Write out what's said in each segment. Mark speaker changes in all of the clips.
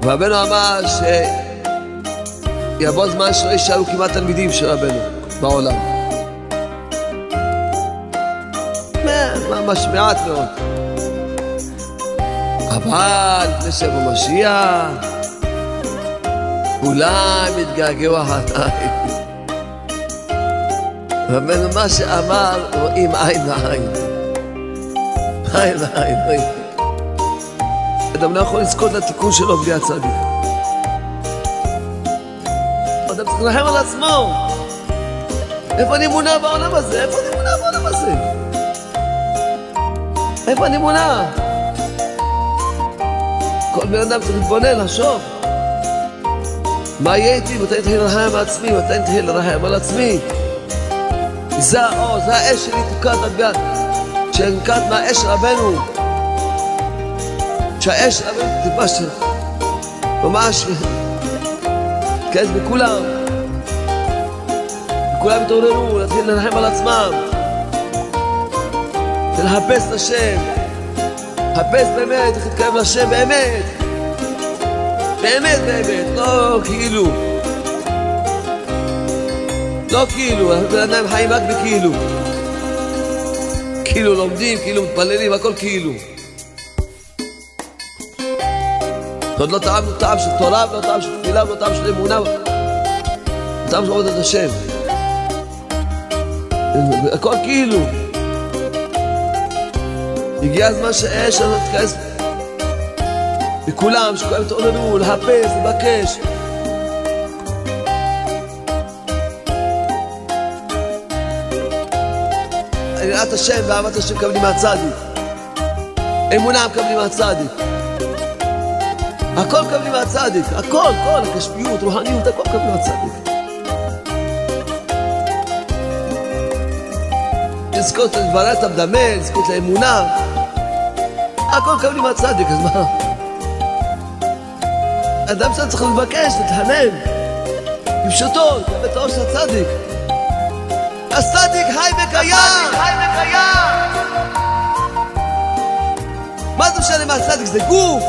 Speaker 1: רבנו אמר שיבוא זמן שלא יישארו כמעט תלמידים של רבנו בעולם. ממש מעט מאוד. אבל לפני שיבוא משיח כולם יתגעגעו אחריי. רבנו מה שאמר רואים עין לעין. עין לעין. אדם לא יכול לזכות לתיקון שלו בלי הצדיק. אדם צריך לרחם על עצמו. איפה אני מונע בעולם הזה? איפה אני מונע בעולם הזה? איפה אני מונע? כל בן אדם צריך להתבונן, לחשוב. מה יהיה איתי? מתי נתחיל לרחם על עצמי? מתי נתחיל לרחם על עצמי? זה האור, זה האש שלי תוקעת עד ביד. שנקעת מהאש רבנו. שהאש רבנו תתפשט. ממש. כעס בכולם. וכולם התעוררו, להתחיל לרחם על עצמם. ולחפש את השם. חפש באמת, איך להתקרב לשם באמת. באמת באמת, לא כאילו. לא כאילו, אנחנו בן אדם חיים רק בכאילו. כאילו לומדים, כאילו מתפללים, הכל כאילו. עוד לא טעמנו טעם של תורה, לא טעם של תפילה, לא טעם של אמונה. טעם של עבודת השם. הכל כאילו. הגיע הזמן שהאש הזאת תתכנס בכולם, שכולם יתעוררו, לחפש, לבקש. יראת השם ואהבת השם מקבלים מהצדיק. אמונה מקבלים מהצדיק. הכל מקבלים מהצדיק. הכל, כל הגשמיות, רוחניות, הכל מקבלים מהצדיק. לזכות לדברת המדמה, לזכות לאמונה. הכל מקבלים מהצדיק, אז מה? אדם שלנו צריך לבקש, להתחנן. בפשוטו, לקבל את האור של הצדיק. הצדיק חי וקיים! חי וקיים! מה זה משנה מה הצדיק? זה גוף!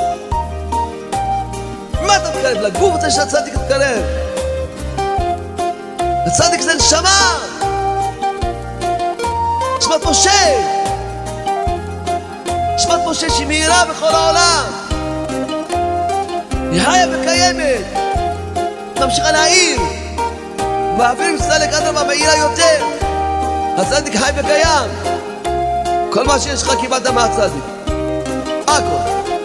Speaker 1: מה אתה מתקרב? לגוף רוצה שהצדיק יתקרב. הצדיק זה נשמה! נשמת משה! נשמת משה שהיא מהירה בכל העולם! היא חיה וקיימת! ממשיכה להעיר! באוויר מסתלק אדרבה מהירה יותר. הצדיק חי וקיים. כל מה שיש לך קיבלת מהצדיק. הכל.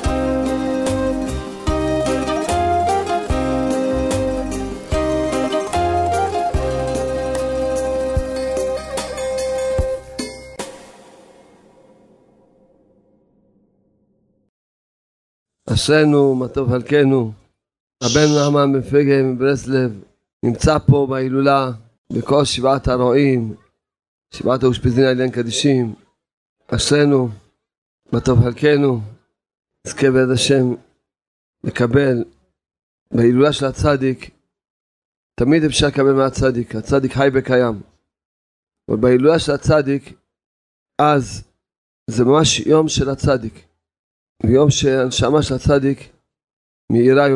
Speaker 1: אשרינו, מה טוב חלקנו. רבנו נחמן בן פגה מברסלב נמצא פה בהילולה בכל שבעת הרועים, שבעת האושפיזין העליון קדישים. אשרינו, מה טוב חלקנו, נזכה ביד השם לקבל בהילולה של הצדיק. תמיד אפשר לקבל מהצדיק, הצדיק חי וקיים. ובהילולה של הצדיק, אז זה ממש יום של הצדיק. ויום שהנשמה של הצדיק מהירה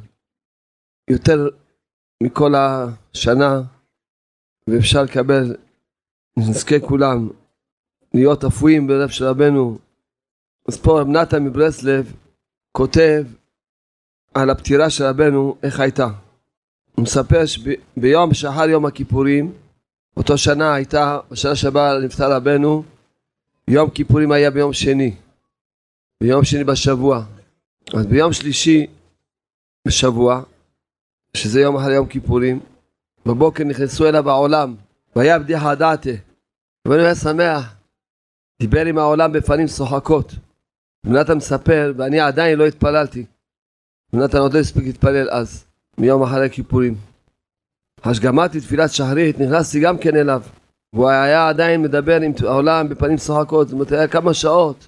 Speaker 1: יותר מכל השנה, ואפשר לקבל, נזכה כולם להיות אפויים בלב של רבנו. אז פה רב נתן מברסלב כותב על הפטירה של רבנו, איך הייתה. הוא מספר שביום שאחר יום הכיפורים, אותו שנה הייתה, בשנה שבה נפטר רבנו, יום כיפורים היה ביום שני. ביום שני בשבוע. אז ביום שלישי בשבוע, שזה יום אחרי יום כיפורים, בבוקר נכנסו אליו העולם, והיה בדיחה דעתה. רבנו היה שמח, דיבר עם העולם בפנים שוחקות. ונתן מספר, ואני עדיין לא התפללתי. ונתן עוד לא הספיק להתפלל אז, מיום אחרי כיפורים. השגמתי תפילת שחרית, נכנסתי גם כן אליו. והוא היה עדיין מדבר עם העולם בפנים שוחקות. זאת אומרת, היה כמה שעות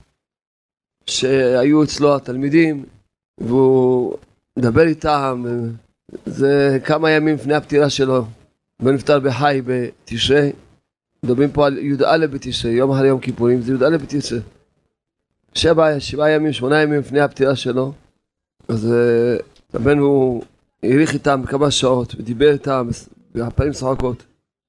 Speaker 1: שהיו אצלו התלמידים, והוא מדבר איתם. זה כמה ימים לפני הפטירה שלו. הוא נפטר בחי בתשרי. מדברים פה על י"א בתשרי, יום אחרי יום כיפורים, זה י"א בתשרי. 7 ימים, 8 ימים לפני הפטירה שלו. אז רבנו העריך איתם כמה שעות ודיבר איתם בפנים שחוקות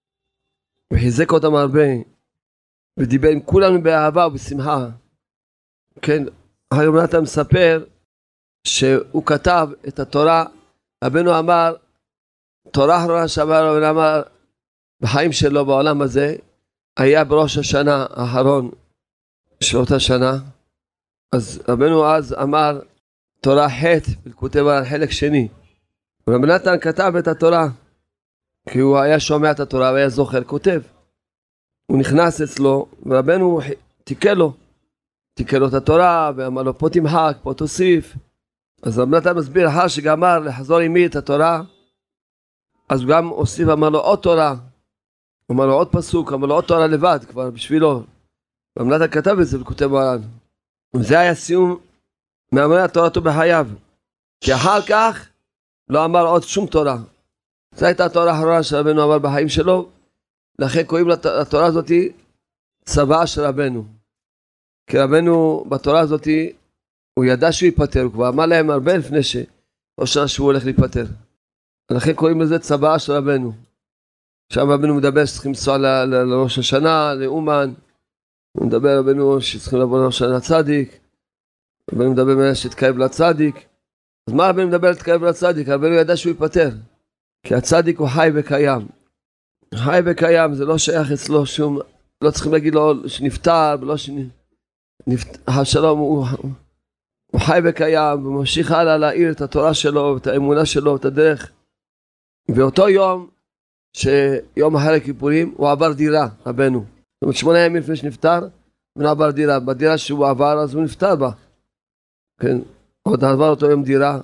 Speaker 1: וחיזק אותם הרבה ודיבר עם כולנו באהבה ובשמחה. כן, היום נתן מספר שהוא כתב את התורה. רבנו אמר, תורה האחרונה שאמר רבנו אמר בחיים שלו בעולם הזה היה בראש השנה האחרון של אותה שנה. אז רבנו אז אמר תורה ח' וכותב על חלק שני. רבנו נתן כתב את התורה כי הוא היה שומע את התורה והיה זוכר, כותב. הוא נכנס אצלו ורבנו תיקל לו את התורה ואמר לו פה תמחק, פה תוסיף. אז רבנו נתן מסביר אחר שגמר לחזור עמי את התורה, אז הוא גם הוסיף, אמר לו עוד תורה, אמר לו עוד פסוק, אמר לו עוד תורה לבד כבר בשבילו. רבנו נתן כתב את זה וכותב מרן. וזה היה סיום מאמרי התורתו בחייו, כי אחר כך לא אמר עוד שום תורה. זו הייתה התורה האחרונה שרבנו אמר בחיים שלו, לכן קוראים לתורה הזאת צוואה של רבנו. כי רבנו בתורה הזאת הוא ידע שהוא ייפטר, הוא כבר אמר להם הרבה לפני שנה שהוא הולך להיפטר. לכן קוראים לזה צוואה של רבנו. שם רבנו מדבר שצריכים לנסוע לראש השנה, לאומן. הוא מדבר רבנו שצריכים לבוא לראש השנה לצדיק. רבנו מדבר ממנה שתקרב לצדיק. אז מה רבנו מדבר לתקרב לצדיק? רבנו ידע שהוא ייפטר. כי הצדיק הוא חי וקיים. חי וקיים זה לא שייך אצלו שום, לא צריכים להגיד לו שנפטר, ולא השלום הוא חי וקיים, וממשיך הלאה להעיר את התורה שלו, את האמונה שלו, את הדרך. ואותו יום, שיום אחרי כיפורים, הוא עבר דירה, רבנו. זאת אומרת, 8 ימים לפני שנפטר, הוא עבר דירה. בדירה שהוא עבר, אז הוא נפטר בה. כן, עוד עבר אותו יום דירה.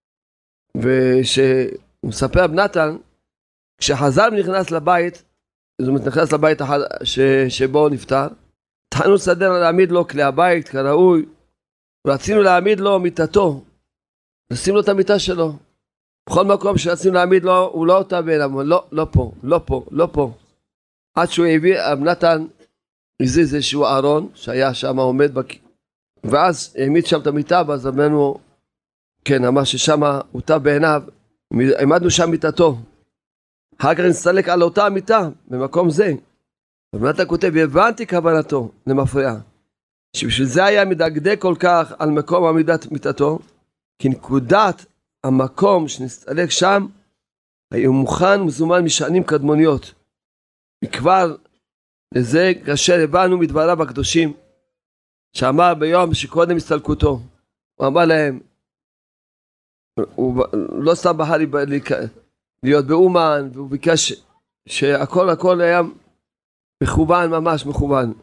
Speaker 1: ושהוא מספר בנתן, כשחזר ונכנס לבית, זאת אומרת, נכנס לבית שבו הוא נפטר, התחלנו לסדר להעמיד לו כלי הבית כראוי, ורצינו להעמיד לו מיטתו, לשים לו את המיטה שלו. בכל מקום שרצינו להעמיד לו, הוא לא אותה בעיניו, לא פה, לא פה, לא פה. עד שהוא הביא, נתן הזיז איזשהו ארון שהיה שם עומד, ואז העמיד שם את המיטה, ואז אמרנו, כן, אמר ששם אותה בעיניו, העמדנו שם מיטתו. אחר כך נסתלק על אותה המיטה, במקום זה. ובנתן כותב, הבנתי כוונתו למפריע, שבשביל זה היה מדקדק כל כך על מקום עמידת מיטתו, כי נקודת המקום שנסתלק שם, היה מוכן מזומן משענים קדמוניות. וכבר לזה כאשר הבנו מדבריו הקדושים, שאמר ביום שקודם הסתלקותו, הוא אמר להם, הוא לא סתם בחר להיות באומן, והוא ביקש שהכל היה מכוון, ממש מכוון.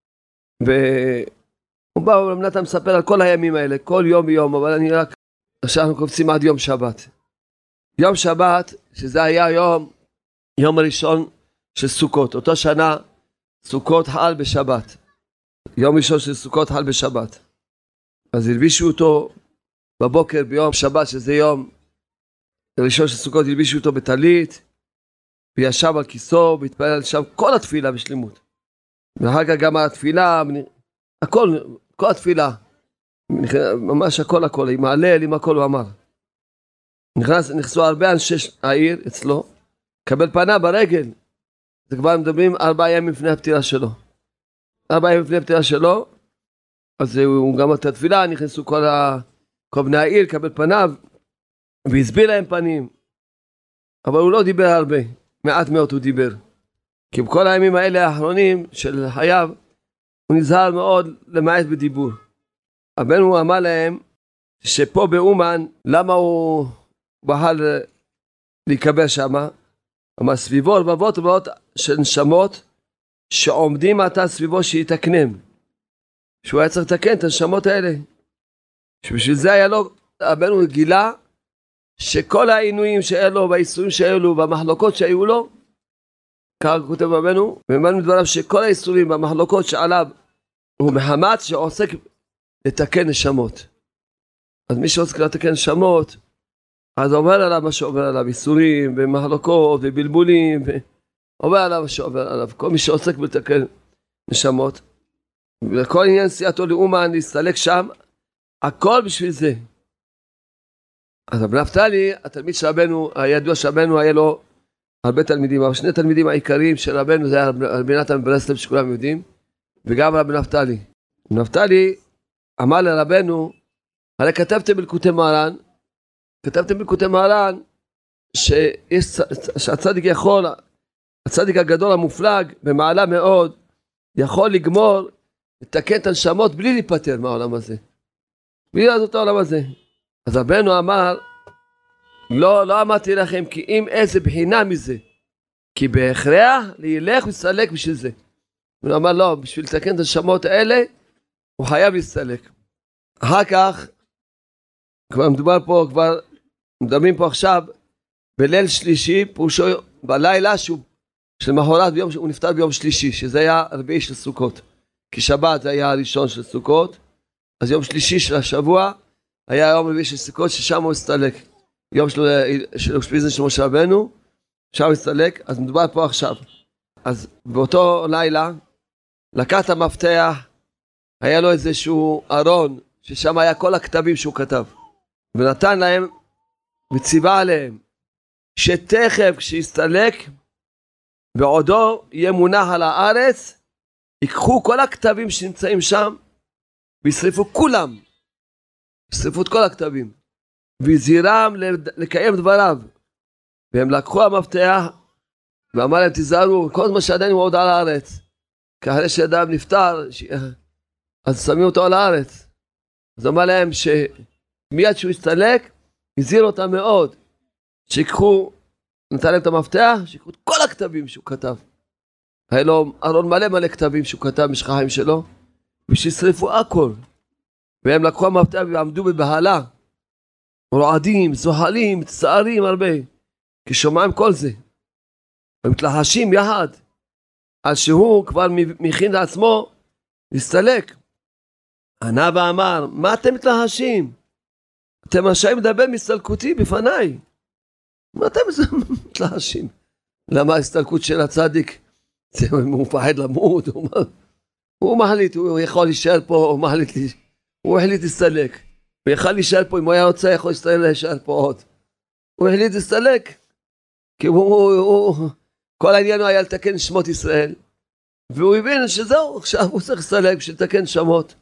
Speaker 1: והוא בא, נתן מספר על כל הימים האלה, כל יום ביום, אבל אני רק, עכשיו אנחנו קופצים עד יום שבת. יום שבת, שזה היה יום הראשון של סוכות. אותו שנה, סוכות חל בשבת. יום ראשון של סוכות חל בשבת. אז הלבישו אותו בבוקר ביום שבת, שזה יום ראשון של סוכות, הלבישו אותו בטלית, וישב על כיסו, והתפלל שם כל התפילה בשלמות. ואחר כך גם התפילה, הכל, כל התפילה, ממש הכל, עם ההלל, עם הכל הוא אמר. נכנסו הרבה אנשי העיר אצלו, קבל פנה ברגל, זה כבר מדברים 4 ימים לפני הפטירה שלו. 4 ימים לפני הפטירה שלו, אז הוא גם את התפילה, נכנסו כל בני העיר, קבל פניו, והסביר להם פנים. אבל הוא לא דיבר הרבה, מעט מאוד הוא דיבר. כי בכל הימים האלה האחרונים של חייו, הוא נזהר מאוד למעט בדיבור. הבן הוא אמר להם, שפה באומן, למה הוא בחר להיקבר שם? אמר סביבו רבבות רבבות של נשמות, שעומדים עתה סביבו שיתקנם. שהוא היה צריך לתקן את הנשמות האלה. שבשביל זה היה לו, הבן הוא גילה, שכל העינויים שהיו לו, והאיסורים שהיו לו, והמחלוקות שהיו לו, כך כותב רבנו, ומאמין מדבריו שכל האיסורים והמחלוקות שעליו, הוא מחמת שעוסק לתקן נשמות. אז מי שעוסק לתקן נשמות, אז עובר עליו מה שעובר עליו, איסורים ומחלוקות ובלבולים, עובר עליו מה שעובר עליו. כל מי שעוסק לתקן נשמות, וכל עניין סייעתו לאומן להסתלק שם, הכל בשביל זה. אז רבי נפתלי, התלמיד של רבנו, הידוע של רבנו, היה לו הרבה תלמידים, אבל שני תלמידים העיקריים של רבנו, זה היה רבי נתן מברסלב שכולם יודעים, וגם רבי נפתלי. נפתלי אמר לרבנו, הרי כתבתם בליקוטי מוהר"ן, שהצדיק יכול, הצדיק הגדול המופלג, במעלה מאוד, יכול לגמור, לתקן את הנשמות בלי להיפטר מהעולם הזה. בלי לעזוב את העולם הזה. אז רבנו אמר, לא אמרתי לכם, כי אם איזה בחינה מזה, כי בהכרח להילך ולהסתלק בשביל זה. הוא אמר, לא, בשביל לתקן את הנשמות האלה, הוא חייב להסתלק. אחר כך, כבר מדברים פה עכשיו, בליל שלישי, פרושו בלילה של מחרת, הוא נפטר ביום שלישי, שזה היה רביעי של סוכות. כי שבת זה היה הראשון של סוכות, אז יום שלישי של השבוע, היה יום רביעי של סוכות, ששם הוא הסתלק. יום של אושפיזין של משה רבנו, שם הוא הסתלק, אז מדובר פה עכשיו. אז באותו לילה, לקח את המפתח, היה לו איזשהו ארון, ששם היה כל הכתבים שהוא כתב. ונתן להם, וציווה עליהם, שתכף כשיסתלק, בעודו יהיה מונח על הארץ, ייקחו כל הכתבים שנמצאים שם, וישרפו כולם, ישרפו את כל הכתבים, והזהירם לקיים דבריו. והם לקחו המפתח, ואמר להם תיזהרו, כל זמן שעדיין הוא עוד על הארץ, כי אחרי שאדם נפטר, אז שמים אותו על הארץ. אז אמר להם שמיד שהוא יסתלק, הזהיר אותם מאוד, שיקחו, נתן להם את המפתח, שיקחו את כל הכתבים שהוא כתב. היה לו ארון מלא כתבים שהוא כתב משך החיים שלו, ושישרפו הכל. והם לקחו המפתח ועמדו בבהלה, רועדים, זוחלים, מצטערים הרבה, כי שומעים כל זה. הם מתלחשים יחד, על שהוא כבר מכין לעצמו להסתלק. ענה ואמר, מה אתם מתלחשים? אתם רשאים לדבר מסתלקותי בפניי. מה אתם מתלחשים? למה ההסתלקות של הצדיק? הוא מפחד למות, הוא מחליט, הוא יכול להישאר פה, הוא החליט להסתלק. הוא יכול להישאר פה, אם הוא היה רוצה, יכול להישאר פה עוד. הוא החליט להסתלק, כי כל העניין היה לתקן שמות ישראל. והוא הבין שזהו, עכשיו הוא צריך להסתלק בשביל לתקן שמות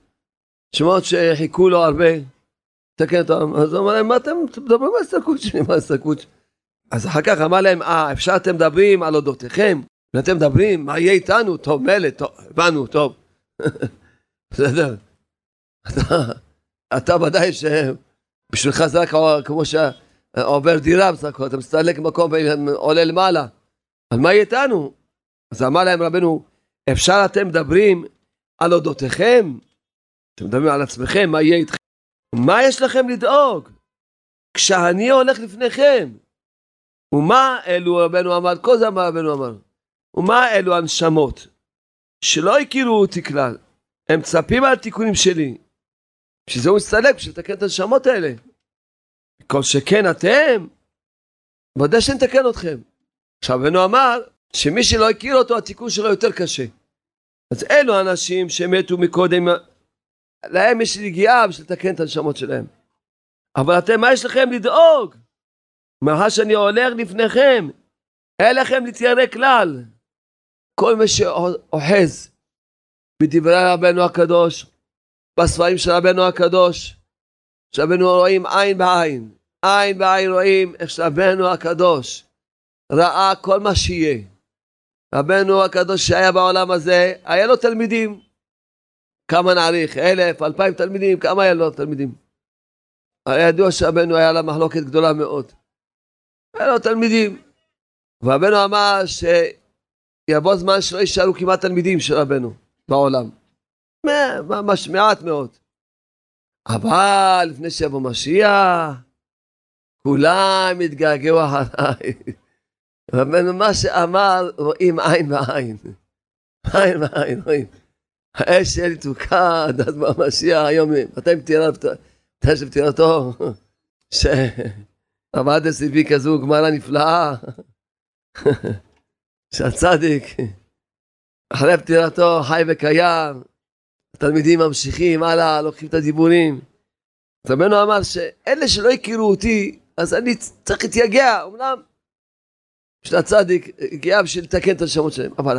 Speaker 1: שחיכו לו הרבה, לתקן אותם. אז הוא אמר להם, מה אתם מדברים על ההסתלקות שלי? מה ההסתלקות? אז אחר כך אמר להם, אפשר אתם מדברים על אודותיכם? ואתם מדברים, מה יהיה איתנו? טוב, מלא, טוב, הבנו, טוב. בסדר. אתה ודאי שבשבילך זה רק כמו שעובר דירה, אתה מסתלק מקום ועולה למעלה. על מה יהיה איתנו? אז אמר להם רבנו, אפשר אתם מדברים על אודותיכם? אתם מדברים על עצמכם, מה יהיה איתכם? מה יש לכם לדאוג? כשאני הולך לפניכם. ומה אלו רבנו אמר? כל זה מה רבנו אמר. ומה אלו הנשמות? שלא הכירו אותי כלל. הם צפים על תיקונים שלי. שזה הוא מסתלק בשביל לתקן את הנשמות האלה. כל שכן אתם, ודאי שנתקן אתכם. עכשיו רבנו אמר, שמי שלא הכיר אותו, התיקון שלו יותר קשה. אז אלו אנשים שמתו מקודם, להם יש רגיעה בשביל לתקן את הנשמות שלהם. אבל אתם, מה יש לכם לדאוג? מאחר שאני הולך לפניכם, אין לכם להתיירא כלל. כל מי שאוחז בדברי רבנו הקדוש, בספרים של רבנו הקדוש, שרבנו רואים עין בעין רואים איך שרבנו הקדוש ראה כל מה שיהיה. רבנו הקדוש שהיה בעולם הזה, היה לו תלמידים. כמה נעריך? 1,000, 2,000 תלמידים, כמה היה לו תלמידים? היה ידוע שרבנו היה לה מחלוקת גדולה מאוד. היה לו תלמידים. ורבנו אמר שיבוא זמן שלא יישארו כמעט תלמידים של רבנו בעולם. ממש מעט מאוד. אבל לפני שיבוא משיח, כולם התגעגעו אחריי. רבנו מה שאמר, רואים עין בעין. עין בעין, רואים. האש שלי תוקע, עד במשיח היום, מתי פטירתו? שעמד הסביבי כזו גמרא נפלאה. שהצדיק, אחרי פטירתו חי וקיים, התלמידים ממשיכים הלאה, לוקחים את הדיבורים. אז רבנו אמר שאלה שלא הכירו אותי, אז אני צריך להתייגע, אמנם בשביל הצדיק, הגיעה בשביל לתקן את הנשמות שלהם. אבל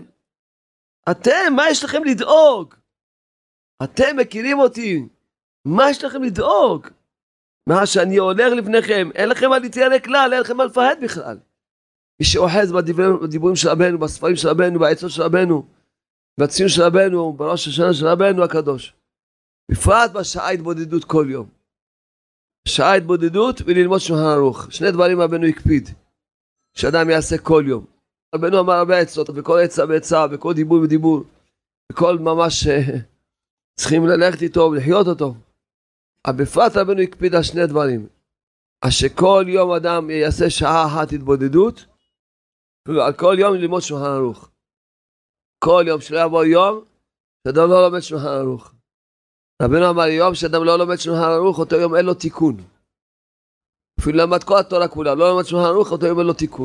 Speaker 1: אתם, מה יש לכם לדאוג? אתם מכירים אותי, מה יש לכם לדאוג? מה שאני הולך לפניכם, אין לכם מה להתיירא כלל, אין לכם מה לפחד בכלל. מי שאוחז בדיבורים של רבנו, בספרים של רבנו, בעצות של רבנו, בציון של רבנו, בראש השנה של רבנו הקדוש. בפרט בשעה התבודדות כל יום. שעה התבודדות וללמוד שולחן ערוך. שני דברים רבנו הקפיד, שאדם יעשה כל יום. רבנו אמר הרבה עצות, וכל עצה ועצה, וכל דיבור ודיבור, וכל ממש צריכים ללכת איתו ולחיות אותו. אבל בפרט רבנו הקפיד על שני דברים. שכל יום אדם יעשה שעה אחת התבודדות, ועל כל יום ללמוד שולחן ערוך. כל יום שלא יבוא יום, שאדם לא לומד שולחן ערוך. רבנו אמר, יום שאדם לא לומד שולחן ערוך, אותו יום אין לו תיקון. אפילו למד כל התורה כולה, לא לומד שולחן ערוך, אותו יום אין לו תיקון.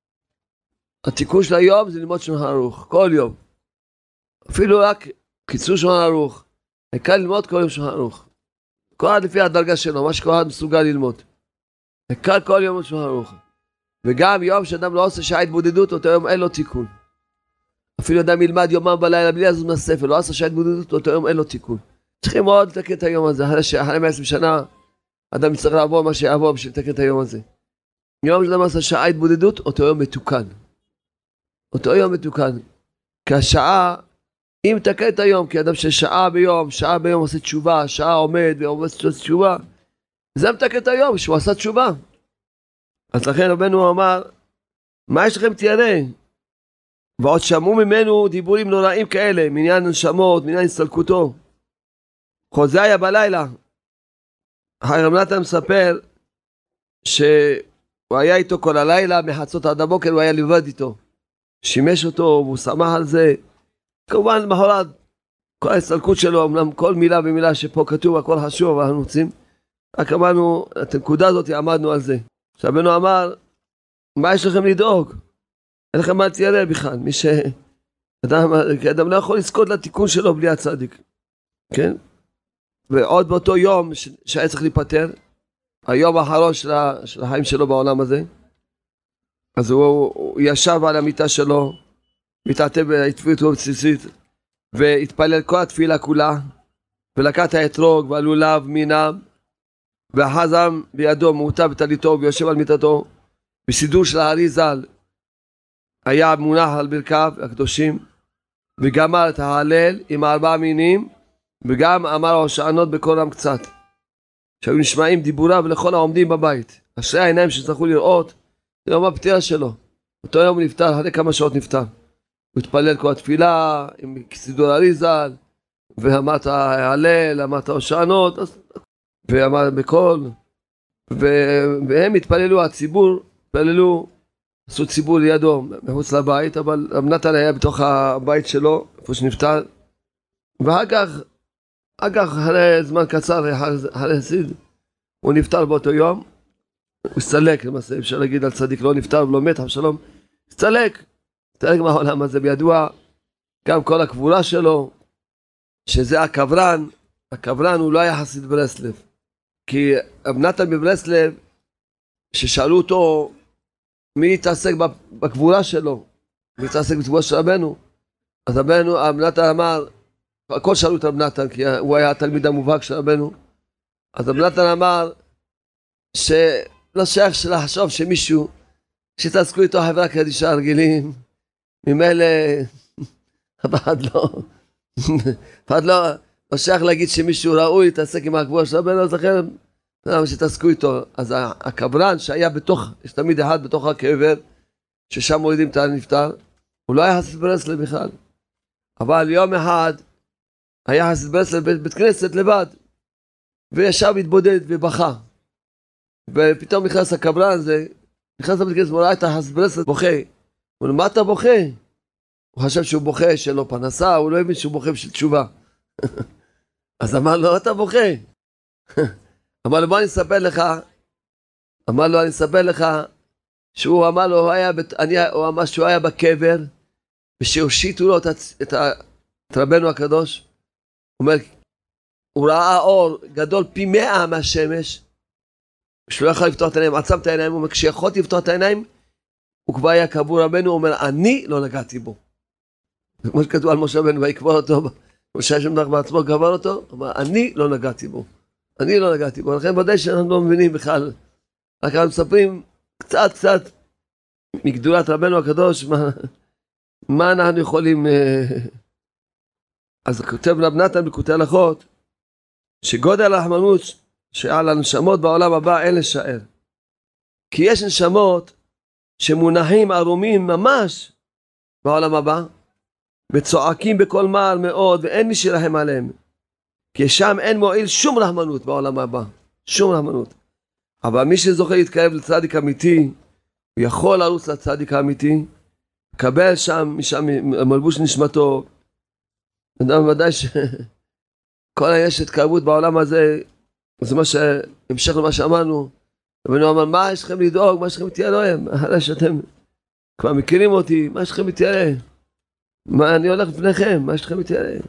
Speaker 1: התיקון של היום זה ללמוד שולחן ערוך, כל יום. אפילו רק קיצור שולחן ערוך. העיקר ללמוד כל יום שולחן ערוך. כל אחד לפי הדרגה שלו, מה שכל אחד מסוגל ללמוד. העיקר כל יום שולחן ערוך. וגם יום שאדם לא עושה שעה התבודדות, אותו יום אין לו תיקון. אפילו אדם ילמד יומם בלילה בלי לזוז מהספר, לא עושה שעה התבודדות, אותו יום אין לו תיקון. צריכים מאוד לתקן את היום הזה, אחרי 120 שנה, אדם יצטרך לעבור מה שיעבור בשביל לתקן את היום הזה. יום שאדם עושה שעה התבודדות, אותו יום מתוקן. אותו יום מתוקן. כי השעה, אם תקן את היום, כי אדם ששעה ביום עושה תשובה, שעה עומד ועושה תשובה, זה מתקן את היום, שהוא עשה תשובה. אז לכן רבנו אמר, מה יש לכם תיירא? ועוד שמעו ממנו דיבורים נוראים כאלה, מעניין נשמות, מעניין הסתלקותו. חוזה היה בלילה. רב נתן מספר שהוא היה איתו כל הלילה, מחצות עד הבוקר הוא היה לבד איתו. שימש אותו, והוא שמח על זה. כמובן למחרת, כל ההסתלקות שלו, אמנם כל מילה ומילה שפה כתוב, הכל חשוב, אבל אנחנו רוצים. רק אמרנו, את הנקודה הזאת עמדנו על זה. רבנו אמר, מה יש לכם לדאוג? אין לכם מה תיירא בכלל. אדם לא יכול לזכות לתיקון שלו בלי הצדיק. כן? ועוד באותו יום שהיה צריך להיפטר, היום האחרון של החיים שלו בעולם הזה, אז הוא ישב על המיטה שלו, מתעטף בהתפילות בסיסית, והתפלל כל התפילה כולה, ולקח את האתרוג והלולב מינם, והחזם בידו מעוטה בטליתו, ויושב על מיטתו, בסידור של הארי ז"ל, היה מונח על ברכיו הקדושים, וגמר את ההלל עם 4 מינים, וגם אמר הושענות בקולם קצת, שהיו נשמעים דיבוריו לכל העומדים בבית. אשרי העיניים שצריכו לראות, זה יום הפטירה שלו. אותו יום הוא נפטר, אחרי כמה שעות נפטר. הוא התפלל כל התפילה, עם סידור הארי ז"ל, ואמרת ההלל, אמרת הושענות, ואמר בקול, והם התפללו, הציבור, התפללו, עשו ציבור לידו, מחוץ לבית, אבל רב נתן היה בתוך הבית שלו, איפה שנפטר, ואחר כך, אחרי זמן קצר, אחרי סיד, הוא נפטר באותו יום, הוא הסתלק, למעשה, אפשר להגיד על צדיק, לא נפטר ולא מת, אבשלום, הסתלק מהעולם הזה, בידוע, גם כל הקבורה שלו, שזה הקברן הוא לא היה חסיד ברסלב, כי רב נתן בברסלב, ששאלו אותו, מי יתעסק בקבורה שלו, מי יתעסק בקבורה של רבנו, אז רב נתן אמר, הכל שאלו את רב נתן, כי הוא היה התלמיד המובהק של רבנו, אז רב נתן אמר, שלא שייך לחשוב שמישהו, שתעסקו איתו חברה קדישה רגילים, ממילא, אחד לא שייך להגיד שמישהו ראוי להתעסק עם הקבורה של רבנו, אז לכן, שתעסקו איתו. אז הקברן שהיה בתוך, יש תמיד אחד בתוך הקבר, ששם מורידים את הנפטר, הוא לא היה חסיד ברסלב בכלל. אבל יום אחד, היה חסיד ברסלב בבית כנסת לבד, וישב התבודד ובכה. ופתאום נכנס הקברן הזה, נכנס לבית כנסת, הוא ראה את החסיד ברסלב בוכה. הוא אומר, מה אתה בוכה? הוא חשב שהוא בוכה שלא פנסה, הוא לא הבין שהוא בוכה בשביל תשובה. אז אמר לו, אתה בוכה? אמר לו, בוא אני אספר לך, שהוא אמר לו, הוא אמר שהוא היה בקבר, ושהושיטו לו את רבנו הקדוש, הוא אומר, הוא ראה אור גדול פי 100 מהשמש, שלא יכול לפתוח את העיניים, עצם את העיניים, הוא אומר, כשיכולתי לפתוח את העיניים, הוא כבר היה קבור רבנו, הוא אומר, אני לא נגעתי בו. כמו שכתוב על משה רבנו, ויקבור אותו, משה השם דרך בעצמו קבר אותו, הוא אומר, אני לא נגעתי בו. אני לא נגעתי בו, לכן ודאי שאנחנו לא מבינים בכלל. רק אנחנו מספרים קצת מגדולת רבנו הקדוש, מה אנחנו יכולים... אז כותב רב נתן בקוטעי הלכות, שגודל הרחמנות שעל הנשמות בעולם הבא אין לשער. כי יש נשמות שמונחים ערומים ממש בעולם הבא, וצועקים בכל מעל מאוד, ואין מי שירחם עליהם. כי שם אין מועיל שום רחמנות בעולם הבא, שום רחמנות. אבל מי שזוכה להתקרב לצדיק אמיתי, הוא יכול לרוץ לצדיק האמיתי, לקבל משם מלבוש נשמתו. אדם ודאי שכל יש התקרבות בעולם הזה, זה מה שהמשך למה שאמרנו, רבנו אמר, מה יש לכם לדאוג, מה יש לכם להתיירא, אחרי שאתם כבר מכירים אותי, מה יש לכם להתיירא? מה אני הולך לפניכם, מה יש לכם להתיירא?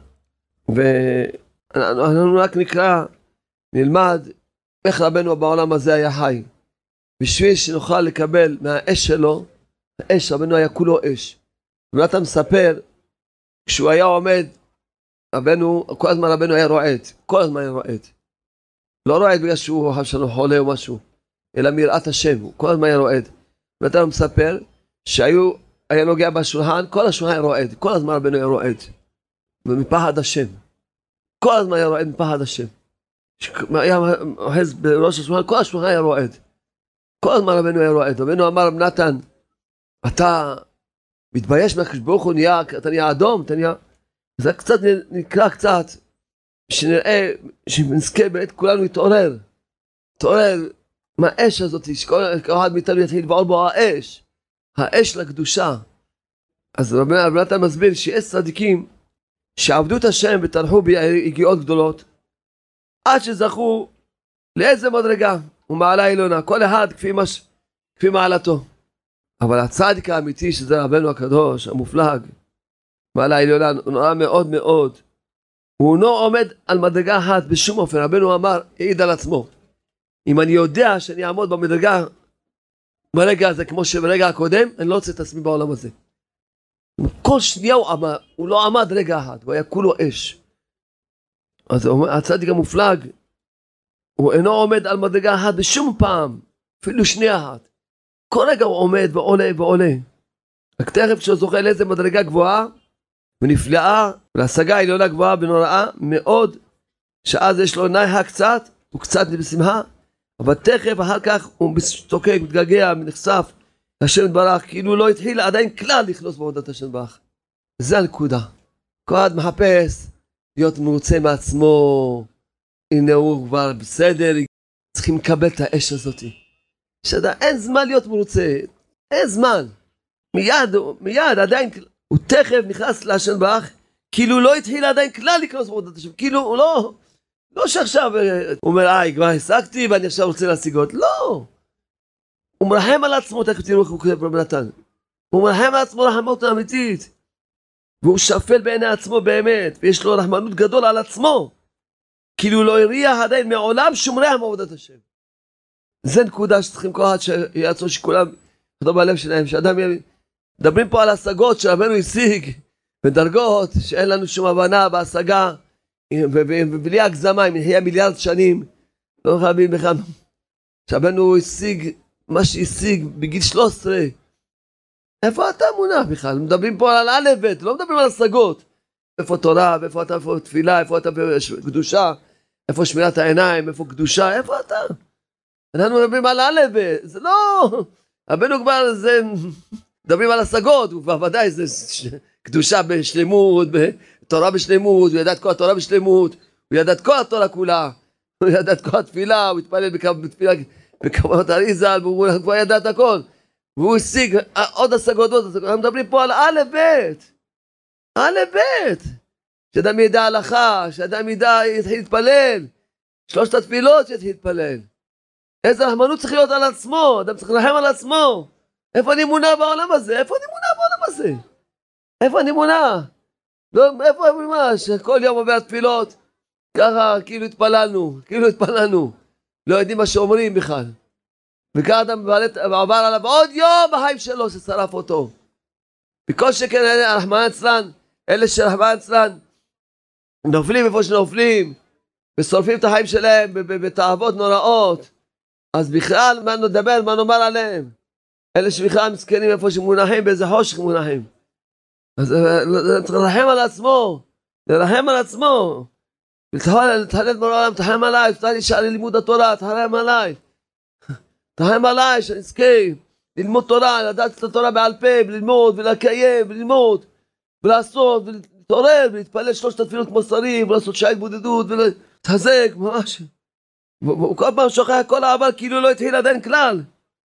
Speaker 1: ואנחנו רק נקרא, נלמד איך רבנו בעולם הזה היה חי, בשביל שנוכל לקבל מהאש שלו, האש, רבנו היה כולו אש. ואתה מספר, כשהוא היה עומד, רבנו, כל הזמן רבנו היה רועד, כל הזמן היה רועד. לא רועד בגלל שהוא חושב שלנו חולה או משהו, אלא מיראת השם, הוא כל הזמן היה רועד. ואתה מספר, היה נוגע בשולחן, כל השולחן היה רועד, כל הזמן רבנו היה רועד. ומפחד השם. כל הזמן היה רועד מפחד השם. היה אוחז בראש השולחן, כל השולחן היה רועד. כל הזמן רבנו היה רועד. רבנו אמר, רב נתן, אתה מתבייש מהקדוש ברוך הוא, אתה נהיה אדום, אתה נהיה... זה קצת נקרא קצת, שנראה, שנזכה באמת כולנו להתעורר. תעורר מהאש הזאת, שכל אחד מאיתנו יתחיל לבעור בו האש. האש לקדושה. אז רב נתן מסביר שיש צדיקים שעבדו את השם וטרחו ביגיעות גדולות, עד שזכו לאיזה מדרגה ומעלה עליונה, כל אחד כפי מעלתו. אבל הצדיק האמיתי, שזה רבנו הקדוש, המופלג, מעלה עליונה, נורא מאוד מאוד, הוא לא עומד על מדרגה אחת בשום אופן. רבנו אמר, העיד על עצמו, אם אני יודע שאני אעמוד במדרגה ברגע הזה, כמו שברגע הקודם, אני לא רוצה את עצמי בעולם הזה. כל שנייה הוא לא עמד רגע אחד, הוא היה כולו אש. אז הצדיק המופלג, הוא אינו עומד על מדרגה אחת בשום פעם, אפילו שנייה אחת. כל רגע הוא עומד ועולה ועולה. רק תכף כשהוא זוכה לאיזה מדרגה גבוהה ונפלאה, ולהשגה עליונה גבוהה ונוראה מאוד, שאז יש לו נייחה קצת, הוא קצת בשמחה, אבל תכף אחר כך הוא מסתוקק, מתגעגע, נחשף השם יתברך, כאילו לא התחיל עדיין כלל לכנוס בעבודת השם יתברך. זה הנקודה. כל אחד מחפש להיות מרוצה מעצמו, הנה הוא כבר בסדר, צריכים לקבל את האש הזאת. אין זמן להיות מרוצה, אין זמן. מיד עדיין, הוא תכף נכנס להשם יתברך, כאילו לא התחיל עדיין כלל לכנוס בעבודת השם, כאילו הוא לא שעכשיו הוא אומר, כבר השגתי ואני עכשיו רוצה להשיג עוד, לא. הוא מרחם על עצמו, תראו איך הוא כותב רב נתן. הוא מרחם על עצמו רחמנות אמיתית. והוא שפל בעיני עצמו באמת, ויש לו רחמנות גדול על עצמו. כאילו לא הריח עדיין מעולם שום ריח מעבודת השם. זה נקודה שצריכים כל אחד שיעצור שכולם יחדור בלב שלהם, שאדם מדברים פה על השגות שרבנו השיג, בדרגות שאין לנו שום הבנה בהשגה, ובלי הגזמה, אם נחיה מיליארד שנים, לא חייבים בכלל. שרבנו השיג מה שהשיג בגיל 13, איפה אתה מונח בכלל? מדברים פה על א' ב', לא מדברים על השגות. איפה תורה, איפה תפילה, איפה אתה קדושה, איפה שמירת העיניים, איפה קדושה, איפה אתה? אנחנו מדברים על א' ב', זה לא... רבנו כבר זה... מדברים על השגות, הוא כבר ודאי זה קדושה בשלמות, תורה בשלמות, הוא ידע את כל התורה בשלמות, הוא ידע את כל התורה כולה, הוא ידע את כל התפילה, הוא התפלל בתפילה בכוונות אריזה, והוא כבר ידע את הכל, והוא השיג עוד השגות, אנחנו מדברים פה על א' ב', א' ב', שאדם ידע הלכה, שאדם ידע יתחיל להתפלל, 3 התפילות שיתחיל להתפלל. איזה רחמנות צריך להיות על עצמו, אדם צריך לרחם על עצמו. איפה אני מונע בעולם הזה? איפה אני מונע בעולם הזה? איפה אני מונע? לא, איפה אני מונע? שכל יום עובר תפילות, ככה כאילו התפללנו, לא יודעים מה שאומרים בכלל. וככה אדם עבר עליו עוד יום בחיים שלו ששרף אותו. בכל שכן רחמנא ליצלן, אלה שרחמנא ליצלן נופלים איפה שנופלים ושורפים את החיים שלהם בתאוות נוראות, אז בכלל מה נדבר, מה נאמר עליהם? אלה שבכלל מסכנים איפה שמונחים, באיזה חושך מונחים. אז צריך לרחם על עצמו, להתחנן בורא העולם, תרחם עליי, תפתח לי שערי לימוד התורה, תרחם עליי שאני אזכה ללמוד תורה, לדעת את התורה בעל פה, וללמוד ולקיים וללמוד ולעשות ולהתעורר ולהתפלל 3 תפילות כמו שרים ולעשות שעה התבודדות ולהתחזק ממש. הוא כל פעם שוכח כל העבר כאילו לא התחיל עדיין כלל,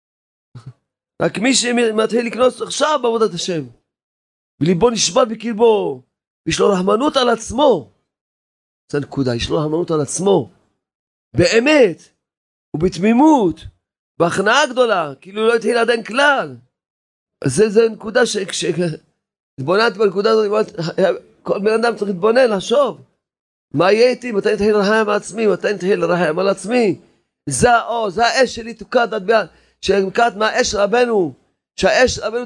Speaker 1: רק מי שמתחיל לקנוס עכשיו בעבודת השם וליבו נשבר בקרבו, יש לו רחמנות על עצמו. זו הנקודה, יש לו רחמנות על עצמו באמת ובתמימות, בהכנעה גדולה, כאילו לא התחיל עדיין כלל. אז זה נקודה התבוננתי בנקודה הזאת, כל בן אדם צריך להתבונן, לחשוב מה יהיה איתי, מתי נתחיל לרחם על עצמי, זה האור, זה האש שלי תוקד עד ביד, שמקעת מהאש רבנו, שהאש רבנו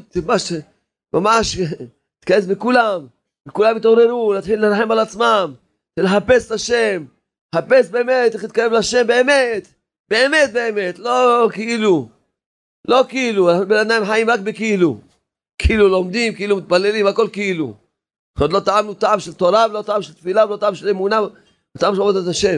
Speaker 1: ממש תכנס בכולם, וכולם יתעוררו, להתחיל לרחם על עצמם, לחפש את השם, לחפש באמת, איך להתקרב לשם באמת, לא כאילו, בן אדם חיים רק בכאילו, כאילו לומדים, כאילו מתפללים, הכל כאילו. עוד לא טעמנו טעם של תורה, ולא טעם של תפילה, ולא טעם של אמונה, טעם של עבודת השם.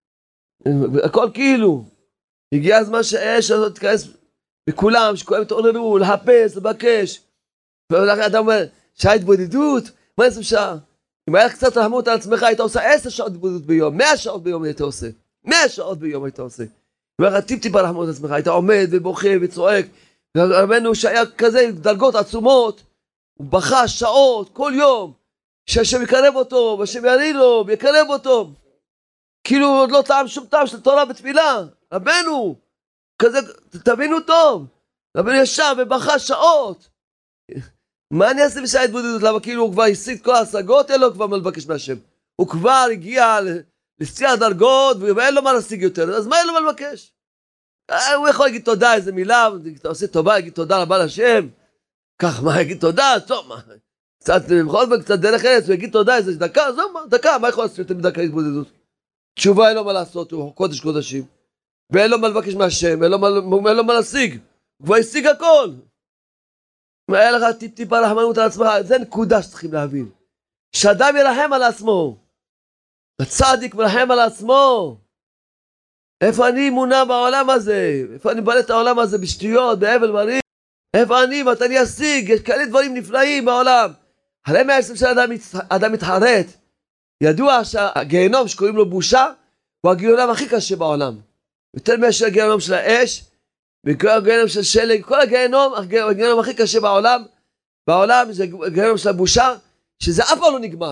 Speaker 1: הכל כאילו. הגיע הזמן שהאש הזאת תתכנס בכולם, שכולם יתעוררו, לחפש, לבקש. ואתה אומר, שעה התבודדות? מה 10 שעה? אם היה קצת רחמות על עצמך, היית עושה 10 שעות התבודדות ביום, 100 שעות ביום היית עושה. 100 שעות ביום היית עושה. ואתה טיפה רחמות על עצמך, היית עומד ובוכה וצועק. ורבנו שהיה כזה דרגות עצומות, הוא בכה שעות כל יום, שהשם יקרב אותו, והשם יריד לו, ויקרב אותו. כאילו עוד לא טעם שום טעם של תורה בתפילה. רבנו, כזה, תבינו טוב. רבנו ישב ובכה שעות. מה אני אעשה בשעה התבודדות? למה כאילו הוא כבר השיג כל ההשגות, אין לו כבר מה לבקש מהשם. הוא כבר הגיע לשיא הדרגות, ואין לו מה להשיג יותר, אז מה אין לו מה לבקש? הוא יכול להגיד תודה איזה מילה, אתה עושה טובה, יגיד תודה רבה לשם. כך מה, יגיד תודה, טוב, מה? קצת, בכל זאת, קצת דרך ארץ, הוא יגיד תודה איזה דקה, זו מה, דקה, מה יכול לעשות יותר מדקה התבודדות? תשובה אין לו מה לעשות, הוא קודש קודשים. ואין לו מה לבקש מהשם, אין לו מה להשיג. הוא כבר השיג הכל. היה לך טיפה רחמנות על עצמך, זה נקודה שצריכים להבין. שאדם ירחם על עצמו. הצדיק מרחם על עצמו. איפה אני מונע בעולם הזה? איפה אני מבלה את העולם הזה בשטויות, בהבל מרים? איפה אני, מתי אני אשיג? יש כאלה דברים נפלאים בעולם. אחרי 120 שנה אדם מתחרט. ידוע שהגיהנום שקוראים לו בושה, הוא הגיהנום הכי קשה בעולם. יותר מאשר הגיהנום של האש, וכל הגיהנום של שלג, כל הגיהנום הכי קשה בעולם זה הגיהנום של הבושה, שזה אף פעם לא נגמר.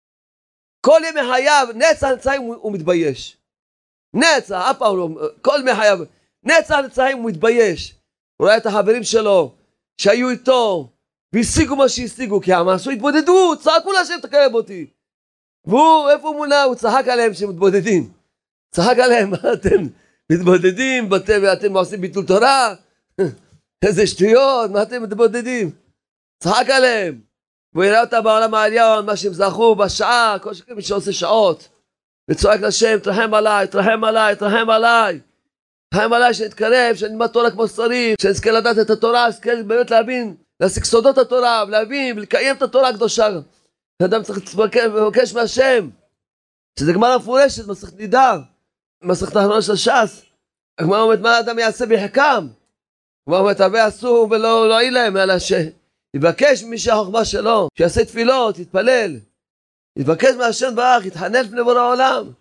Speaker 1: כל ימי חייו, נצח נצחים הוא מתבייש. נצח, אף פעם לא, כל ימי חייו, נצח נצחים הוא מתבייש. הוא רואה את החברים שלו, שהיו איתו, והשיגו מה שהשיגו, כי הם עשו התבודדות, צעקו להשם תקרב אותי. והוא, איפה הוא מונע? הוא צחק עליהם שהם מתבודדים. צחק עליהם, אתם מתבודדים, ואתם עושים ביטול תורה, איזה שטויות, מה אתם מתבודדים? צחק עליהם. והוא יראה אותה בעולם העליון, מה שהם זכו בשעה, כל שכם מי שעושה שעות, וצועק לשם, תרחם עליי, תרחם עליי, תרחם עליי, תרחם עליי שנתקרב, שנלמד תורה כמו שצריך, שנזכה לדעת את התורה, שנזכה באמת להבין, להשיג סודות התורה, ולהבין, ולקיים את התורה הקדושה. האדם צריך לבקש מהשם, שזה גמרא מפורשת, מסכת נידה, מסכת האחרונה של ש"ס. הגמרא אומרת, מה האדם יעשה ויחכם? הגמרא אומרת, הרבה עשו ולא יהיה להם, אלא יבקש ממי שהחוכמה שלו, שיעשה תפילות, יתפלל, יתבקש מהשם ברך, יתחנן לפני בורא העולם.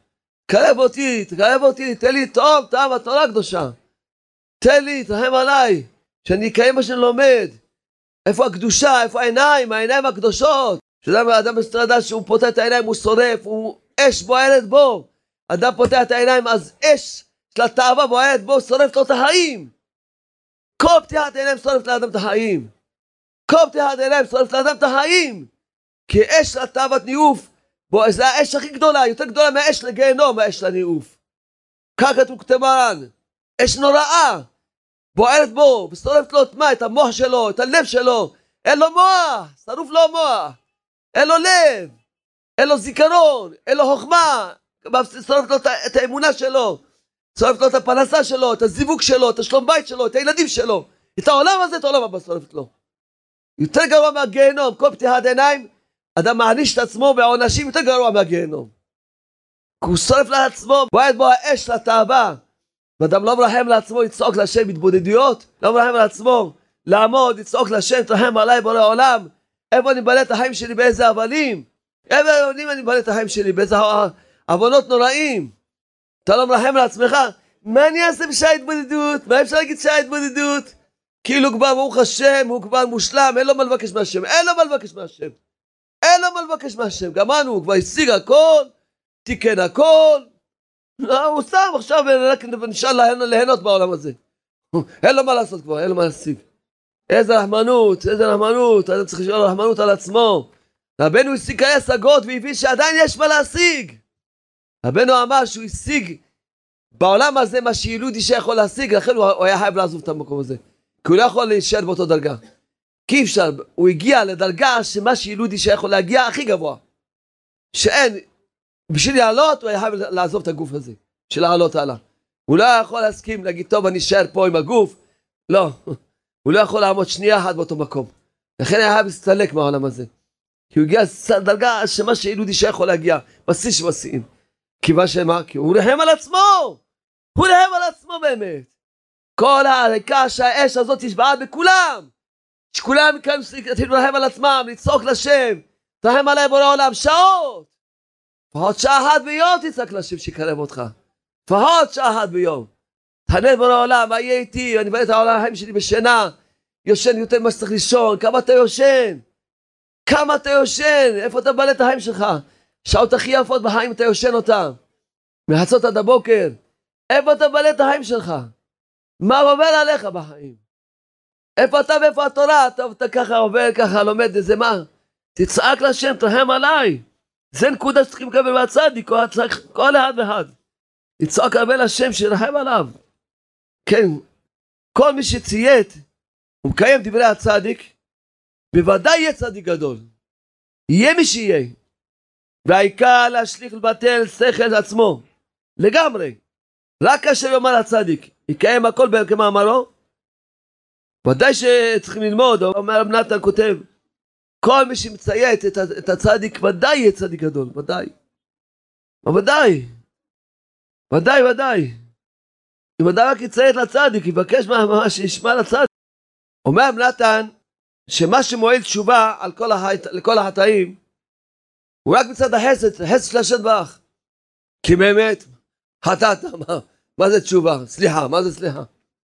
Speaker 1: תקרב אותי, תן לי טוב, טעם התורה הקדושה. תן לי, תרחם עליי, שאני אקיים מה שאני לומד. איפה הקדושה, איפה העיניים הקדושות. כשאדם מסתרדה שהוא פותח את העיניים, הוא שורף, הוא אש בוערת בו. אדם פותח את העיניים, אז אש של התאווה בוערת בו, שורפת לו את החיים. כל פתיחת העיניים שורפת לאדם את החיים. כל פתיחת העיניים שורפת לאדם את החיים. כי אש של התאוות ניאוף בוא, זה האש הכי גדולה, יותר גדולה מהאש לגיהנום, מהאש לניאוף. כך כתוב כותב מרן, אש נוראה, בוערת בו, ושורפת לו את המוח שלו, את הלב שלו, אין לו מוח, שרוף לו מוח, אין לו לב, אין לו זיכרון, אין לו חוכמה, שורפת לו את האמונה שלו, שורפת לו את הפרנסה שלו, את הזיווג שלו, את השלום בית שלו, את הילדים שלו, את העולם הזה, את העולם הבא שורפת לו. יותר גרוע מהגיהנום, כל פתיחת עיניים, אדם מעניש את עצמו בעונשים יותר גרוע מהגיהנום. כי הוא שורף לעצמו, בועט בו האש לתאווה, ואדם לא מרחם לעצמו לצעוק להשם התבודדויות, לא מרחם לעצמו לעמוד, לצעוק להשם, תרחם עליי בורא עולם, איפה אני מבלה את החיים שלי, באיזה אבנים, איפה אני מבלה את החיים שלי, באיזה עוונות נוראים. אתה לא מרחם לעצמך, מה אני אעשה בשעה התבודדות? מה אפשר להגיד שעה התבודדות? כאילו כבר ברוך השם, הוא כבר מושלם, אין לו מה לבקש מהשם, אין לו מה לבקש מהשם, אין לו מה לבקש מהשם, גמרנו, הוא כבר השיג הכל, תיקן הכל, לא, הוא סתם עכשיו רק נשאר ליהנות בעולם הזה, אין לו מה לעשות כבר, אין לו מה להשיג. איזה רחמנות, איזה רחמנות, אדם צריך לשאול רחמנות על עצמו. רבנו השיג כאלה השגות והבין שעדיין יש מה להשיג. רבנו אמר שהוא השיג בעולם הזה מה שילוד אישה יכול להשיג, לכן הוא היה חייב לעזוב את המקום הזה, כי הוא לא יכול להישאר באותו דרגה, כי אפשר, הוא הגיע לדרגה שמה שילוד אישה יכול להגיע הכי גבוה, שאין, בשביל לעלות הוא היה חייב לעזוב את הגוף הזה, של לעלות הלאה. הוא לא יכול להסכים להגיד טוב אני אשאר פה עם הגוף, לא, הוא לא יכול לעמוד שנייה אחת באותו מקום, לכן היה חייב להסתלק מהעולם הזה, כי הוא הגיע לדרגה שמה שילוד אישה יכול להגיע, בשיא שבשיאים. כיוון שמה? כי הוא רחם על עצמו, הוא רחם על עצמו באמת. כל הרקע שהאש הזאת תשבעה בכולם, שכולם יתחילו לרחם על עצמם, לצעוק לשם, תרחם עליי בורא עולם, שעות, לפחות שעה אחת ביום תצעק לשם שיקרב אותך, לפחות שעה אחת ביום, תענה בורא עולם, מה יהיה איתי, אני בא את העולם החיים שלי בשינה, יושן יותר ממה שצריך לישון, כמה אתה יושן, כמה אתה יושן, איפה אתה בא את החיים שלך, שעות הכי יפות בחיים אתה יושן אותם, מחצות עד הבוקר, איפה אתה בא את החיים שלך, מה עובר עליך בחיים, איפה אתה ואיפה התורה, אתה ככה עובר, ככה לומד, זה מה, תצעק לשם, תרחם עליי, זה נקודה שצריכים לקבל מהצדיק, כל אחד ואחד, תצעק הרבה לשם שירחם עליו, כן, כל מי שציית, הוא מקיים דברי הצדיק, בוודאי יהיה צדיק גדול, יהיה מי שיהיה, והעיקר להשליך לבטל שכל עצמו, לגמרי, רק כאשר יאמר הצדיק, יקיים הכל כמאמרו, ודאי שצריכים ללמוד, אומר רב נתן כותב, כל מי שמציית את הצדיק, ודאי יהיה צדיק גדול, ודאי, ודאי, אם אדם רק יציית לצדיק, יבקש מה שישמע לצדיק, אומר רב נתן, שמה שמועיל תשובה על כל החטאים, הוא רק מצד החסד, החסד של השם ברך, כי באמת, חטאת, מה זה תשובה? סליחה, מה זה סליחה?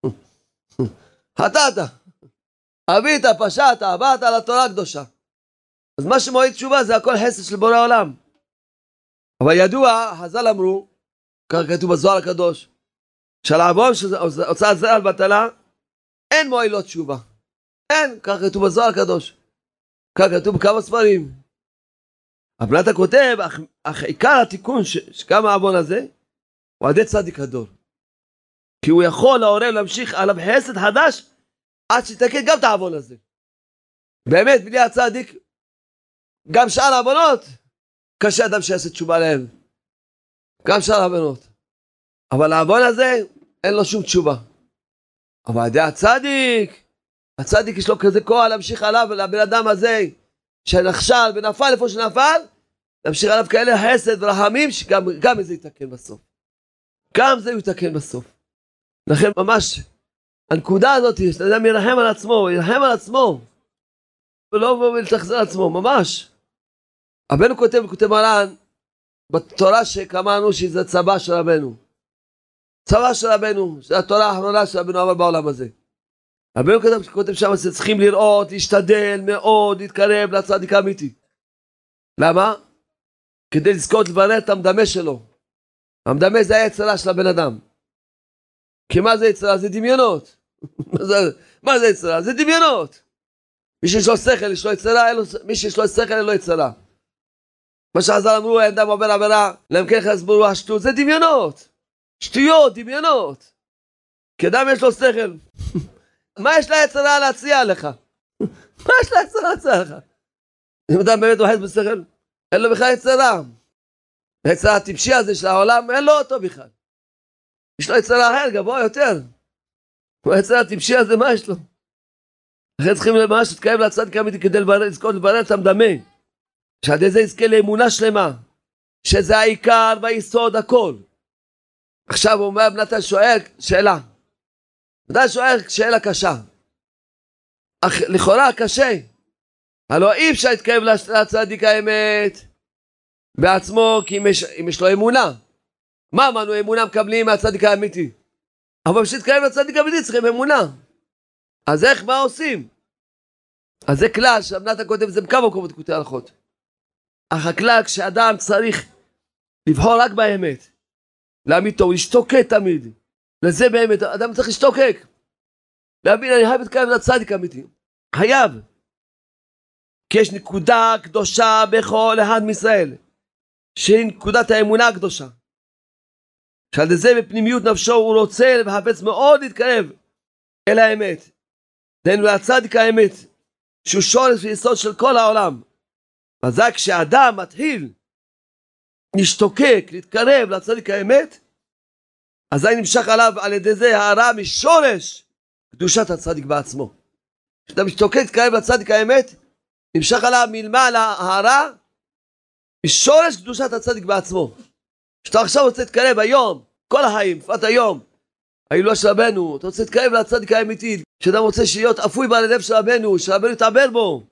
Speaker 1: חטאת, אבית, פשעת, עברת על התורה הקדושה. אז מה שמועיל תשובה זה הכל חסד של בורא העולם. אבל ידוע, חז"ל אמרו, כך כתוב בזוהר הקדוש, שעל העוון הוצאת זרע על בטלה, אין מועיל לו תשובה. אין, כך כתוב בזוהר הקדוש. כך כתוב בכמה ספרים. אבל אתה כותב, אך עיקר התיקון שגם העוון הזה, הוא עדי צדיק גדול. כי הוא יכול לעורר להמשיך עליו חסד חדש, עד שיתקן גם את העוון הזה. באמת, בלי הצדיק, גם שאר העוונות, קשה אדם שיעשה תשובה להם. גם שאר העוונות. אבל העוון הזה, אין לו שום תשובה. אבל עדי הצדיק יש לו כזה כוח להמשיך עליו, לבן אדם הזה, שנכשל ונפל איפה שנפל, להמשיך עליו כאלה חסד ורחמים, שגם זה יתקן בסוף. גם זה יתקן בסוף. לכן ממש, הנקודה הזאת, שאדם ירחם על עצמו, ולא לתחזר עצמו, ממש. רבנו כותב מרן, בתורה שקראנו שזה צבא של רבנו. צבא של רבנו, שזה התורה האחרונה של רבנו עבר בעולם הזה. רבנו כותב שם, צריכים לראות, להשתדל מאוד, להתקרב לצדיק האמיתי. למה? כדי לזכות לברר את המדמה שלו. המדמה זה היצרה של הבן אדם. כי מה זה יצרה? זה דמיונות. מה זה יצרה? זה דמיונות. מי שיש לו שכל יש לו יצרה, מי שיש לו שכל אין לו יצרה. מה שחז"ל אמרו, האדם עובר עבירה, להם כן חסברו השטות, זה דמיונות. שטויות, דמיונות. כי אדם יש לו שכל. מה יש ליצר הרע להציע לך? מה יש ליצר הרע להציע לך? אם אדם באמת אוחז בשכל, אין לו בכלל יצר רע. היצר הטיפשי הזה של העולם, אין לו אותו בכלל. יש לו יצר אחר, גבוה יותר. היצר הטיפשי הזה, מה יש לו? לכן צריכים ממש להתקרב לצדיק האמיתי כדי לזכות לברר את המדמה. שעד איזה יזכה לאמונה שלמה. שזה העיקר והיסוד הכל. עכשיו הוא אומר, נתן שואל שאלה. נתן שואל שאלה קשה. אך לכאורה קשה. הלוא אי אפשר להתקרב לצדיק האמת בעצמו, כי אם יש לו אמונה. מה אמרנו, אמונה מקבלים מהצדיק האמיתי? אבל בשביל להתקרב לצדיק האמיתי צריכים אמונה. אז איך, מה עושים? אז זה כלל שאמנת כותב, זה בכמה מקומות כותב הלכות. אך הכלל כשאדם צריך לבחור רק באמת, לאמיתו, להשתוקק תמיד. לזה באמת, אדם צריך להשתוקק. להבין, אני חייב להתקרב לצדיק האמיתי. חייב. כי יש נקודה קדושה בכל אחד מישראל, שהיא נקודת האמונה הקדושה. שעל זה בפנימיות נפשו הוא רוצה וחפץ מאוד להתקרב אל האמת. דהיינו לצדיק האמת, שהוא שורש ויסוד של כל העולם. אז כשאדם מתחיל להשתוקק, להתקרב לצדיק האמת, אזי נמשך עליו על ידי זה הערה משורש קדושת הצדיק בעצמו. כשאתה משתוקק להתקרב לצדיק האמת, נמשך עליו מלמעלה הערה משורש קדושת הצדיק בעצמו. כשאתה עכשיו רוצה להתקרב היום, כל החיים, בפרט היום, ההילולה של רבנו, אתה רוצה להתקרב לצדיק האמיתי, כשאדם רוצה להיות אפוי בלב של רבנו, שרבנו יתעבר בו, הוא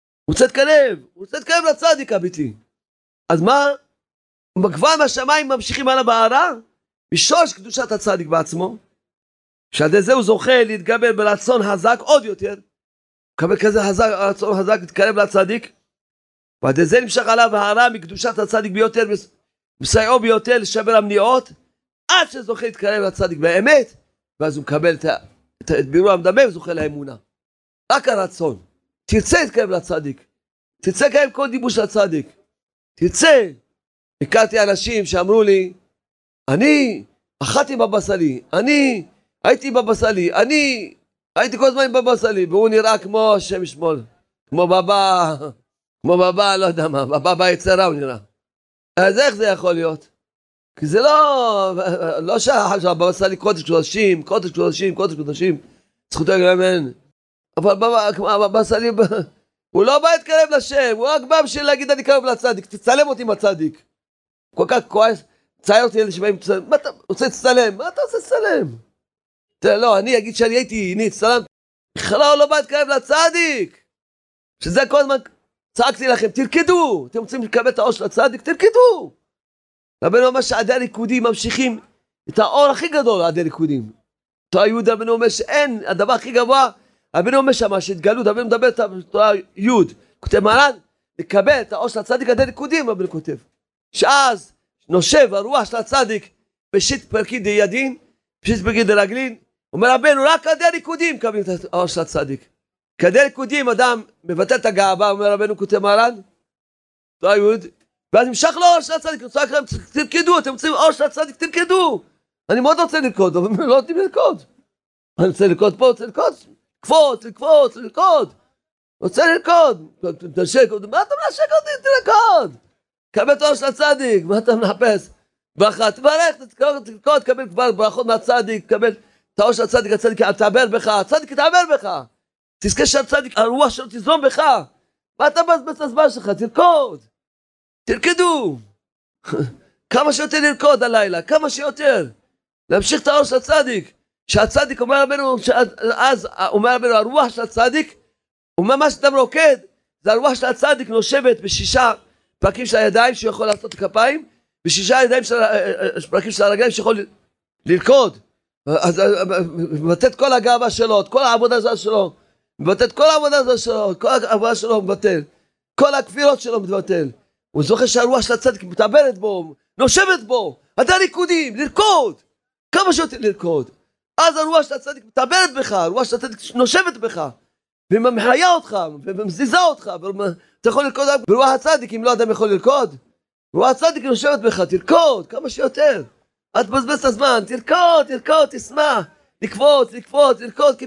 Speaker 1: רוצה להתקרב לצדיק האמיתי. אז מה? כבר מהשמיים ממשיכים עליו בהערה, משורש קדושת הצדיק בעצמו, שעד זה הוא זוכה להתגבר ברצון חזק עוד יותר, מקבל כזה רצון חזק להתקרב לצדיק, ועד זה נמשך עליו הערה מקדושת הצדיק ביותר, מסייעו ביותר לשבר המניעות, עד שזוכה להתקרב לצדיק באמת, ואז הוא מקבל את בירור המדמה וזוכה לאמונה. רק הרצון. תרצה להתקרב לצדיק. תרצה לקיים כל דיבור של הצדיק. תרצה. הכרתי אנשים שאמרו לי, אני אכלתי בבא סאלי, אני הייתי בבא סאלי, אני הייתי כל הזמן בבא סאלי, והוא נראה כמו השם ישמור, כמו בבא, לא יודע מה, בבא ביצרה הוא נראה. אז איך זה יכול להיות? כי זה לא שהבבא סאלי קודש קודשים, זכותו יגרמן. אבל בבא סאלי, הוא לא בא להתקרב לשם, הוא רק בא בשביל להגיד אני קרב לצדיק, תצלם אותי עם הצדיק. כל כך כועס, צייר אותי אלה שבאים, מה אתה רוצה לצלם? מה אתה רוצה לצלם? לא, אני אגיד שאני הייתי, הנה, צלם, בכלל הוא לא בא להתקרב לצדיק. שזה כל הזמן צעקתי לכם, תרקדו, אתם רוצים לקבל את האור של הצדיק, תרקדו. רבנו אומר שעדי הליכודים ממשיכים את האור הכי גדול עדי הליכודים. תורה יהודה רבנו אומר שאין, הדבר הכי גבוה, רבנו אומר שמה שהתגלות, רבנו מדבר את תורה יוד, כותב מרן, לקבל את האור של הצדיק עדי הליכודים, רבנו כותב. שאז נושב הרוח של הצדיק בשיט פרקי די ידין, בשיט פרקי די רגלין, אומר רבנו רק עדי הליכודים קבלים את האור של הצדיק. כעדי הליכודים אדם מבטל את הגאווה, אומר רבנו כותב מרן, תורה יוד, ואז נמשך לאור של הצדיק, תרקדו, אתם רוצים אור של הצדיק, תרקדו. אני מאוד רוצה לרקוד, אבל לא נותנים לרקוד. אני רוצה לרקוד פה, רוצה לרקוד, לקפוץ, לרקוד. רוצה לרקוד, מה אתה מנשק אותי, תרקוד. קבל את האור של הצדיק, מה אתה מחפש? ברכה, תברך, תרקוד, קבל כבר ברכות מהצדיק, קבל את האור של הצדיק, הצדיק יתעבר בך, הצדיק יתעבר בך. תזכה שהצדיק, הרוח שלו תזרום בך. מה אתה מבזבז את הזמן שלך, תרקוד. תרקדו. כמה שיותר לרקוד הלילה, כמה שיותר. להמשיך את האור של הצדיק. שהצדיק אומר רבנו, אז אומר רבנו, הרוח של הצדיק, הוא ממש אדם רוקד, זה הרוח של הצדיק נושבת בשישה פרקים של הידיים שיכול לעשות כפיים, בשישה ידיים של פרקים של הרגליים שיכול לרקוד. אז מבטא את כל הגאווה שלו, את כל העבודה שלו, מבטא את כל העבודה שלו, כל העבודה שלו מבטל, כל הכפירות שלו מבטל. הוא זוכר שהרוח של הצדיק מתעברת בו, נושבת בו, עדי הליכודים, לרקוד, כמה שיותר לרקוד. אז הרוח של הצדיק מתעברת בך, הרוח של הצדיק נושבת בך, ומחיה אותך, ומזיזה אותך, אתה יכול לרקוד ברוח הצדיק, אם לא אדם יכול לרקוד. והוא הצדיק נושבת בך, תרקוד כמה שיותר, אל תבזבז את הזמן, תרקוד, תשמח, לקפוץ, לרקוד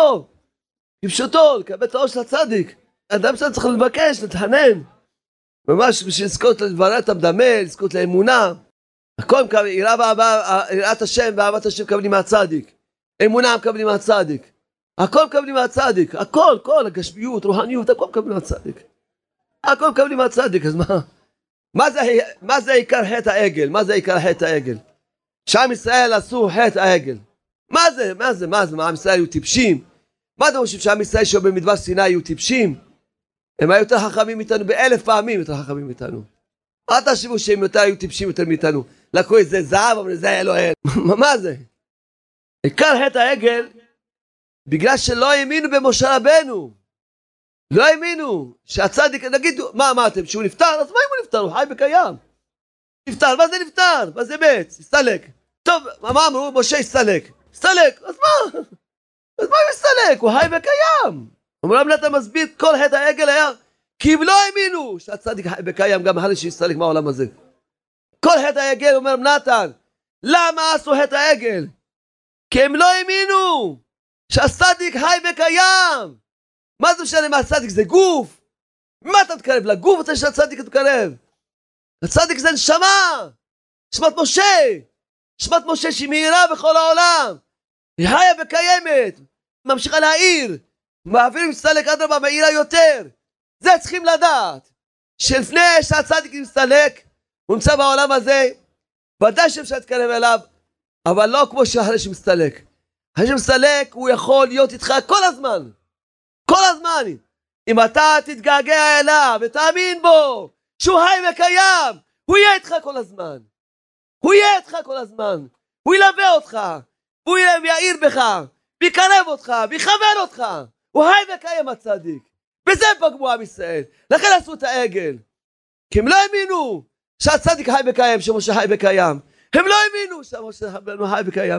Speaker 1: כפשוטו, לקבל את האור של הצדיק. האדם שלנו צריך לבקש, להתחנן, ממש בשביל לזכות לברר את המדמה, לזכות לאמונה. הכל מקבל, יראת השם ואהבת השם מקבלים מהצדיק, אמונה מקבלים מהצדיק, הכל מקבלים מהצדיק, הכל, כל הגשמיות, רוחניות, הכל מקבלים מהצדיק, הכל מקבלים מהצדיק. אז מה זה עיקר חטא העגל? מה זה עיקר חטא העגל? שעם ישראל עשו חטא העגל. מה זה? מה, עם ישראל היו טיפשים? מה אתם חושבים שעם ישראל שהיו במדבר סיני היו טיפשים? הם היו יותר חכמים איתנו ב1000 פעמים יותר חכמים איתנו. אל תחשבו שהם יותר היו טיפשים יותר מאיתנו. לקחו איזה זהב, אבל זה היה לא אין. מה זה? עיקר חטא העגל, בגלל שלא האמינו במשה רבנו. לא האמינו שהצדיק, נגיד, מה אמרתם? שהוא נפטר? אז מה אם הוא נפטר? הוא חי וקיים. נפטר, מה זה נפטר? מה זה מת? הסתלק. טוב, מה אמרו? משה הסתלק. הסתלק, אז מה? אז מה הוא הסתלק? הוא חי וקיים. אמרו להם, אתה מסביר, כל חטא העגל היה, כי הם לא האמינו שהצדיק חי וקיים, גם אחרי שהסתלק מהעולם הזה. כל חטא העגל, אומר נתן, למה עשו חטא העגל? כי הם לא האמינו שהצדיק חי וקיים. מה זה משנה מה הצדיק? זה גוף. מה אתה מתקרב? לגוף אתה שהצדיק תתקרב. הצדיק זה נשמה, נשמת משה, נשמת משה שהיא מהירה בכל העולם, היא חיה וקיימת, ממשיכה להעיר, ואפילו מסתלק אדרבה מהירה יותר. זה צריכים לדעת, שלפני שהצדיק מסתלק, הוא נמצא בעולם הזה, ודאי שאפשר להתקרב אליו, אבל לא כמו שאחרי שמסתלק. אחרי שמסתלק הוא יכול להיות איתך כל הזמן, כל הזמן. אם אתה תתגעגע אליו ותאמין בו שהוא חי וקיים, הוא יהיה איתך כל הזמן, הוא יהיה איתך כל הזמן, הוא ילווה אותך, הוא יעיר בך, ויקרב אותך, ויכוון אותך. הוא חי וקיים הצדיק. בזה פגמו עם ישראל, לכן עשו את העגל, כי הם לא האמינו שהצדיק חי וקיים, שמשה חי וקיים. הם לא האמינו שמשה רבנו חי וקיים,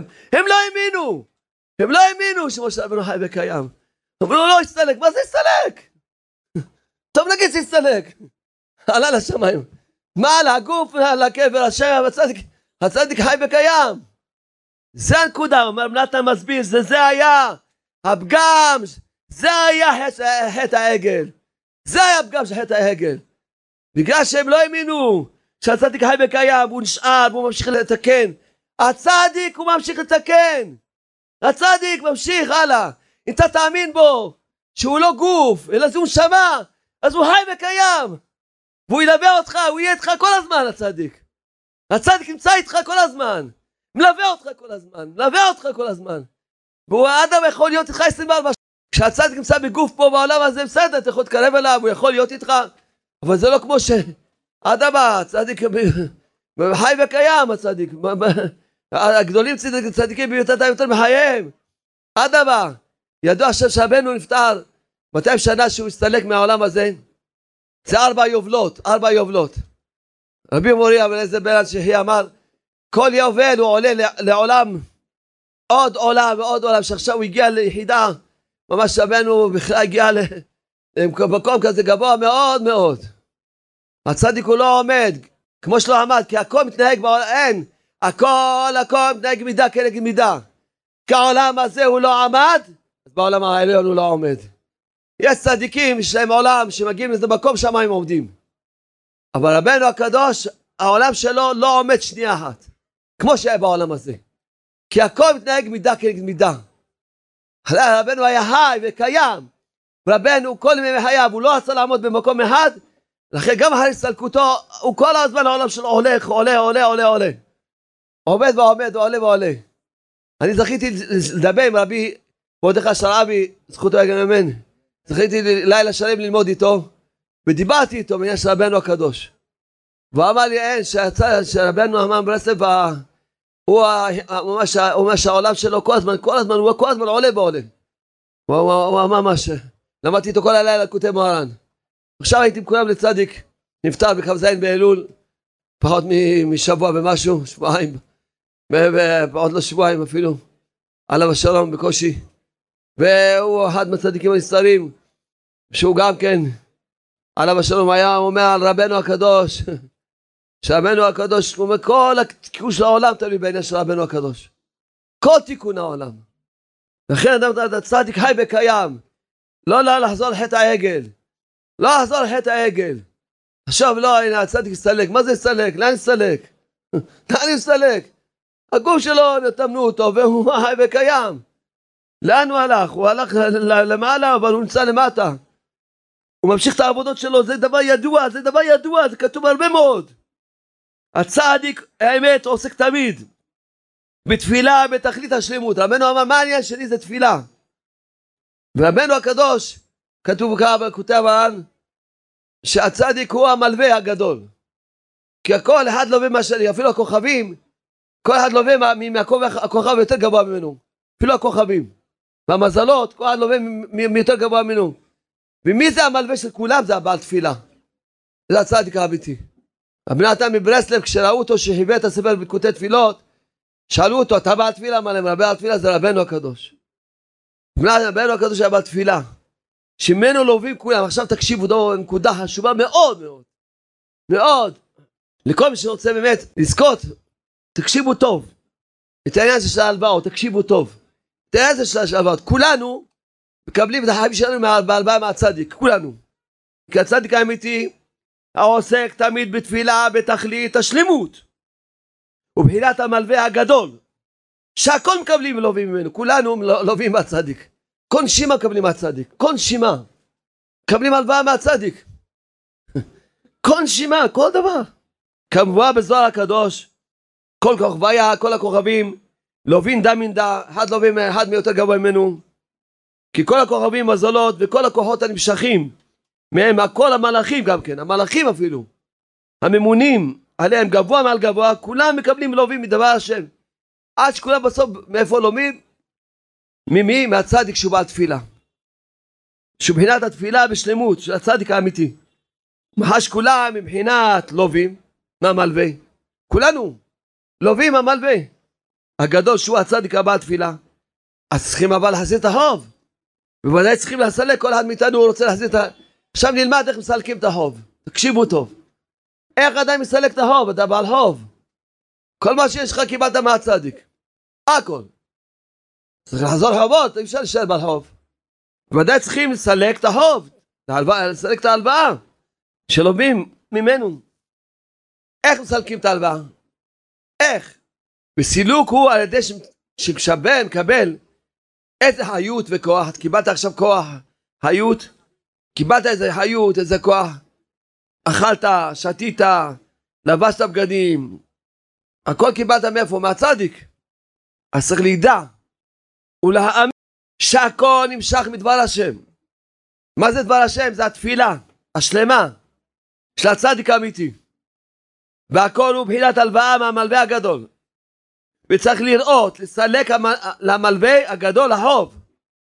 Speaker 1: הם לא האמינו שמשה רבנו חי וקיים. אמרו לו, לא הסתלק. מה זה הסתלק? טוב נגיד שהסתלק, עלה לשמיים, מה על הגוף, על הקבר, השם, הצדיק חי וקיים. זה הנקודה. אומר נתן מסביר, זה היה הפגם, זה היה חטא העגל, זה היה הפגם של חטא העגל. בגלל שהם לא האמינו שהצדיק חי וקיים, הוא נשאר והוא ממשיך לתקן. הצדיק הוא ממשיך לתקן, הצדיק ממשיך הלאה. אם אתה תאמין בו שהוא לא גוף אלא זה נשמה, אז הוא חי וקיים, והוא ילווה אותך, הוא יהיה איתך כל הזמן. הצדיק נמצא איתך כל הזמן, מלווה אותך כל הזמן, והוא האדם יכול להיות איתך 24 שעות. כשהצדיק נמצא בגוף פה בעולם הזה, בסדר, אתה יכול להתקרב אליו, הוא יכול להיות איתך, אבל זה לא כמו שהאדם הצדיק חי וקיים. הצדיק, הגדולים צדיקים ביותר יותר מחייהם. אדמה, ידוע עכשיו שרבנו נפטר 200 שנה שהוא הסתלק מהעולם הזה. זה 4 יובלות. רבי מורי אבן בן שיחי אמר, כל יובל הוא עולה לעולם, עוד עולם ועוד עולם, שעכשיו הוא הגיע ליחידה, ממש רבנו בכלל הגיע למקום כזה גבוה מאוד מאוד. הצדיק הוא לא עומד כמו שלא עמד, כי הכל מתנהג בעולם, אין, הכל מתנהג מידה כנגד מידה. כי העולם הזה הוא לא עמד, אז בעולם העליון הוא לא עומד. יש צדיקים יש להם עולם שמגיעים לזה מקום שם הם עומדים, אבל רבנו הקדוש העולם שלו לא עומד שנייה אחת כמו שהיה בעולם הזה, כי הכל מתנהג מידה כנגד מידה. רבנו היה חי וקיים, רבנו כל ימי חייו הוא לא רצה לעמוד במקום אחד, לכן גם אחרי הסתלקותו הוא כל הזמן העולם שלו הולך, עולה, עומד ועולה. אני זכיתי לדבר עם רבי מרדכי שרעבי, זכותו יגן אמן, זכיתי לילה שלם ללמוד איתו, ודיברתי איתו בעניין של רבנו הקדוש, והוא אמר לי אין, שרבנו אמר ברסלב, הוא אומר שהעולם שלו כל הזמן עולה ועולה. הוא אמר ממש, למדתי איתו כל הלילה כותב מוהר"ן. עכשיו הייתי עם כולם לצדיק, נפטר בכ"ז באלול, פחות משבוע ומשהו, שבועיים, ועוד לא שבועיים אפילו, עליו השלום בקושי. והוא אחד מהצדיקים הנסתרים, שהוא גם כן, עליו השלום היה אומר על רבנו הקדוש, שרבנו הקדוש, כמו כל התיקון של העולם תלוי בעניין של רבנו הקדוש. כל תיקון העולם. לכן אדם הצדיק חי וקיים. לא לחזור לחטא העגל. לא לחזור לחטא העגל. עכשיו לא, הנה הצדיק יסתלק. מה זה יסתלק? לאן יסתלק? לאן יסתלק? הגוף שלו נתמנו אותו והוא חי וקיים. לאן הוא הלך? הוא הלך למעלה אבל הוא נמצא למטה. הוא ממשיך את העבודות שלו, זה דבר ידוע, זה דבר ידוע, זה כתוב הרבה מאוד. הצדיק, האמת, עוסק תמיד בתפילה, בתכלית השלמות. רבנו אמר, מה העניין שלי? זה תפילה. ורבנו הקדוש, כתוב ככה בכותב הר"ן, שהצדיק הוא המלווה הגדול. כי כל אחד לווה מה שלי, אפילו הכוכבים, כל אחד לווה מהכוכב יותר גבוה ממנו. אפילו הכוכבים. והמזלות, כל אחד לווה מיותר גבוה ממנו. ומי זה המלווה של כולם? זה הבעל תפילה. זה הצדיק האמיתי. רבי נתן מברסלב, כשראו אותו שחיבר את הספר בליקוטי תפילות, שאלו אותו, אתה בעל תפילה? מה להם? הבעל תפילה זה רבנו הקדוש. רבנו הקדוש היה בעל תפילה. שמנו לובים כולם. עכשיו תקשיבו, זו נקודה חשובה מאוד מאוד. מאוד. לכל מי שרוצה באמת לזכות, תקשיבו טוב. את העניין של ההלוואות, תקשיבו טוב. את העניין של ההלוואות. כולנו מקבלים את החיים שלנו בהלוואה מהצדיק. כולנו. כי הצדיק האמיתי העוסק תמיד בתפילה בתכלית השלמות. ובחינת המלווה הגדול. שהכל מקבלים ולובים ממנו. כולנו לובים מהצדיק. כל נשימה מקבלים מהצדיק. כל נשימה. מקבלים הלוואה מהצדיק. כל נשימה, כל דבר. כמובן בזוהר הקדוש, כל כוכביה, כל הכוכבים, לובין דה מן דה, אחד לובים אחד מיותר גבוה ממנו. כי כל הכוכבים מזלות וכל הכוחות הנמשכים, מהם כל המלאכים גם כן, המלאכים אפילו, הממונים עליהם גבוה מעל גבוה, כולם מקבלים לובים מדבר השם. עד שכולם בסוף מאיפה לומים? ממי? מהצדיק שהוא בעל תפילה. שבחינת התפילה בשלמות של הצדיק האמיתי. מחש כולם מבחינת לובים, מהמלווה. כולנו לובים המלווה. הגדול שהוא הצדיק הבעל תפילה. אז צריכים אבל להחזיר את החוב. ובוודאי צריכים לסלק, כל אחד מאיתנו רוצה להחזיר את החוב. עכשיו נלמד איך מסלקים את החוב. תקשיבו טוב. איך אדם מסלק את החוב? אתה בעל חוב. כל מה שיש לך קיבלת מהצדיק. הכל. צריך לחזור חובות, אי אפשר להישאר בעל חוב. בוודאי צריכים לסלק את החוב. לסלק את ההלוואה. שלובים ממנו. איך מסלקים את ההלוואה? איך? בסילוק הוא על ידי שמשבל, מקבל איזה חיות וכוח. את קיבלת עכשיו כוח, חיות. קיבלת איזה חיות, איזה כוח. אכלת, שתית, לבשת בגדים. הכל קיבלת מאיפה? מהצדיק. אז צריך לידע ולהאמין שהכל נמשך מדבר השם. מה זה דבר השם? זה התפילה השלמה של הצדיק האמיתי. והכל הוא בחינת הלוואה מהמלווה הגדול. וצריך לראות, לסלק למלווה הגדול החוב.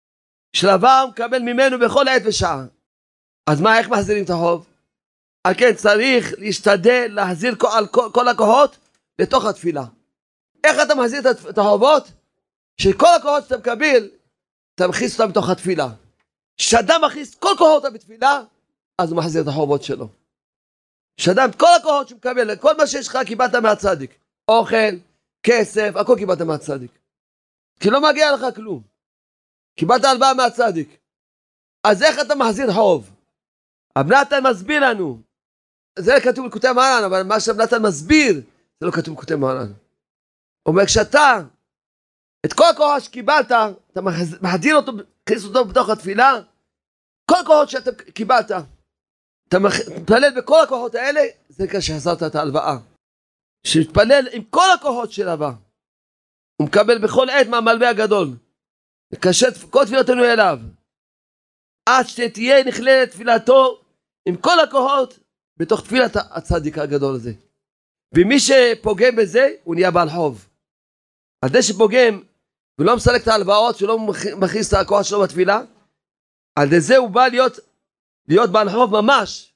Speaker 1: שלווה הוא מקבל ממנו בכל עת ושעה. אז מה, איך מחזירים את החוב? כן, צריך להשתדל להחזיר כל הכוחות לתוך התפילה. איך אתה מחזיר את החובות? שכל הכוחות שאתה מקבל, אתה מכניס אותם בתוך התפילה. כשאדם מכניס כל כוחות בתפילה, אז הוא מחזיר את החובות שלו. כשאדם, כל הכוחות שמקבל, כל מה שיש לך קיבלת מהצדיק. אוכל, כסף, הכל קיבלת מהצדיק. כי לא מגיע לך כלום. קיבלת הלוואה מהצדיק. אז איך אתה מחזיר חוב? רבי נתן מסביר לנו. זה כתוב בליקוטי מוהר"ן, אבל מה שרבי נתן מסביר, זה לא כתוב בליקוטי מוהר"ן. הוא אומר, כשאתה, את כל הכוחות שקיבלת, אתה מחדיר אותו, מכניס אותו בתוך התפילה, כל הכוחות שאתה קיבלת, אתה מתפלל בכל הכוחות האלה, זה כשהחזרת את ההלוואה. שמתפלל עם כל הכוחות של הלוואה. הוא מקבל בכל עת מהמלווה הגדול. לקשר כל תפילתנו אליו. עד שתהיה נכללת תפילתו עם כל הכוחות בתוך תפילת הצדיק הגדול הזה. ומי שפוגם בזה, הוא נהיה בעל חוב. על זה שפוגם ולא מסלק את ההלוואות, שלא מכניס את הכוח שלו בתפילה, על זה הוא בא להיות בעל חוב ממש.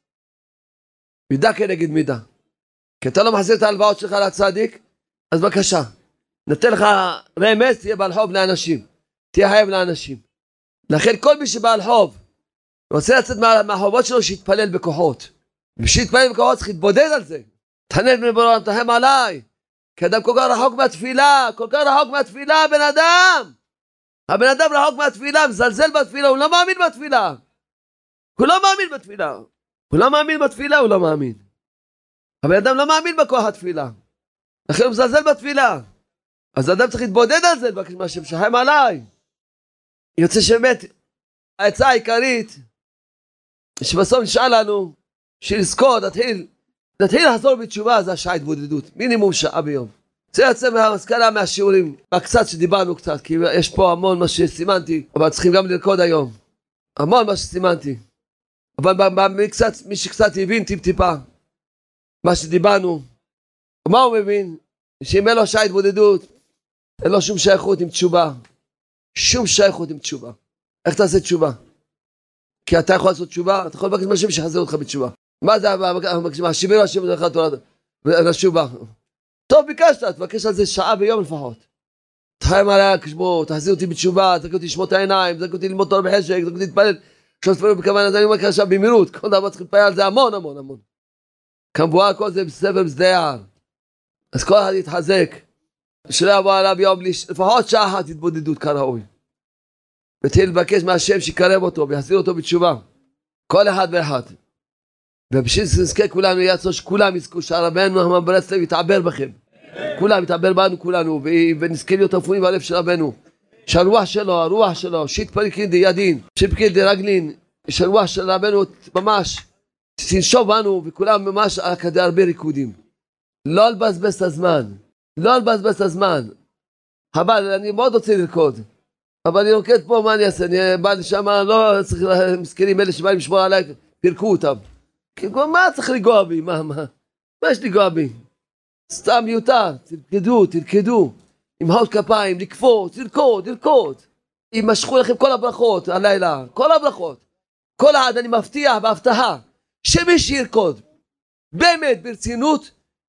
Speaker 1: מידה כנגד מידה. כי אתה לא מחזיר את ההלוואות שלך לצדיק, אז בבקשה, נתן לך רמז, תהיה בעל חוב לאנשים. תהיה חייב לאנשים. לכן כל מי שבעל חוב, רוצה לצאת מהחובות שלו, שיתפלל בכוחות. ושיתפלל בכוחות צריך להתבודד על זה. תחנן בני בורא עולם, תרחם עליי. כי אדם כל כך רחוק מהתפילה, כל כך רחוק מהתפילה, הבן אדם. הבן אדם רחוק מהתפילה, מזלזל בתפילה, הוא לא מאמין בתפילה. הוא לא מאמין בתפילה. הוא לא מאמין בתפילה, הוא לא מאמין. הבן אדם לא מאמין בכוח התפילה. לכן הוא מזלזל בתפילה. אז האדם צריך להתבודד על זה, לבקש מהשם שחם עליי. יוצא שבאמת, העצה העיקרית, שבסוף נשאל לנו, שלזכות, נתחיל לחזור בתשובה, זה השעה התבודדות. מינימום שעה ביום. זה יוצא מהמסקנה מהשיעורים, בקצת שדיברנו קצת, כי יש פה המון מה שסימנתי, אבל צריכים גם לרקוד היום. המון מה שסימנתי. אבל מי שקצת הבין טיפה, מה שדיברנו, מה הוא מבין? שאם אין לו שעה התבודדות, אין לו שום שייכות עם תשובה. שום שייכות עם תשובה. איך תעשה תשובה? כי אתה יכול לעשות תשובה, אתה יכול לבקש מהשם שיחזר אותך בתשובה. מה זה השיבי לו השם לך תורה לתשובה? טוב, ביקשת, תבקש על זה שעה ביום לפחות. תחיים עליי כשמו, תחזיר אותי בתשובה, תזרק אותי לשמות העיניים, תזרק אותי ללמוד תורה בחשק, תזרק אותי להתפלל. עכשיו תפללו בכוונה, אז אני אומר עכשיו במהירות, כל דבר צריך להתפלל על זה המון המון המון. כמבואר כל זה בספר בשדה יער. אז כל אחד יתחזק, שלא יבוא עליו יום, לפחות שעה אחת התבודדות כראוי. ותתחיל לבקש מהשם שיקרב אותו ויחזיר אותו בתשובה. כל אחד ואחד. ובשביל שנזכה כולנו יעצור שכולם יזכו שהרבנו נחמן ברסלב יתעבר בכם. כולם יתעבר בנו כולנו ונזכה להיות רפואים בלב של רבנו. שהרוח שלו, הרוח שלו, שיתפרקין די ידין, שיתפרקין די רגלין, שהרוח של רבנו ממש תנשוב בנו וכולם ממש כדי הרבה ריקודים. לא לבזבז את הזמן, לא לבזבז את הזמן. אבל אני מאוד רוצה לרקוד. אבל אני רוקד פה, מה אני אעשה? אני בא לשם, לא צריך מסכנים אלה שבאים לשמור עליי, פרקו אותם. מה צריך לגוע בי? מה יש לגוע בי? סתם מיותר, תרקדו, עם האות כפיים, לקפוץ, לרקוד. ימשכו לכם כל הברכות הלילה, כל הברכות. כל עד אני מבטיח בהבטחה, שמי שירקוד, באמת, ברצינות,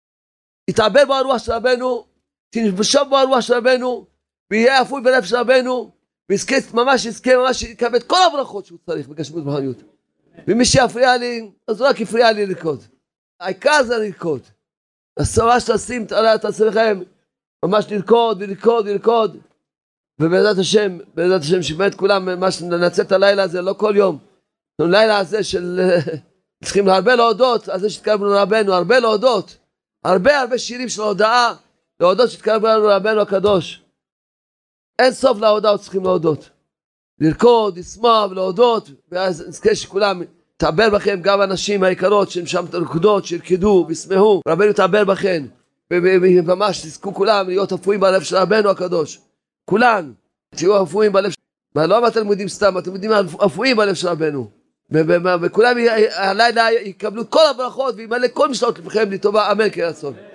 Speaker 1: יתעבר בו הרוח של רבנו, תנשוב בו הרוח של רבנו, ויהיה אפוי בלב של רבנו, ויזכה ממש יקבל את כל הברכות שהוא צריך בגשמות ברוחניות. ומי שיפריע לי, אז הוא רק יפריע לי לרקוד. העיקר זה לרקוד. הסורה שתשים את עצמכם, ממש לרקוד. ובעזרת השם, שבאמת כולם ממש ננצל את הלילה הזה, לא כל יום. הלילה הזה של... צריכים הרבה להודות, על זה שהתקרבנו לרבנו, הרבה להודות. הרבה שירים של הודעה, להודות שהתקרבנו לרבנו הקדוש. אין סוף להודעות צריכים להודות. לרקוד, לשמוח ולהודות, ואז נזכה שכולם תעבר בכם, גם הנשים היקרות שהן שם תרקדות, שירקדו וישמחו, רבנו תעבר בכם, וממש תזכו כולם להיות אפויים בלב של רבנו הקדוש. כולן תהיו אפויים בלב, לא התלמידים סתם, התלמידים אפויים בלב של רבנו. וכולם הלילה יקבלו כל הברכות וימלא כל משלות לבכם לטובה, אמן כן רצון.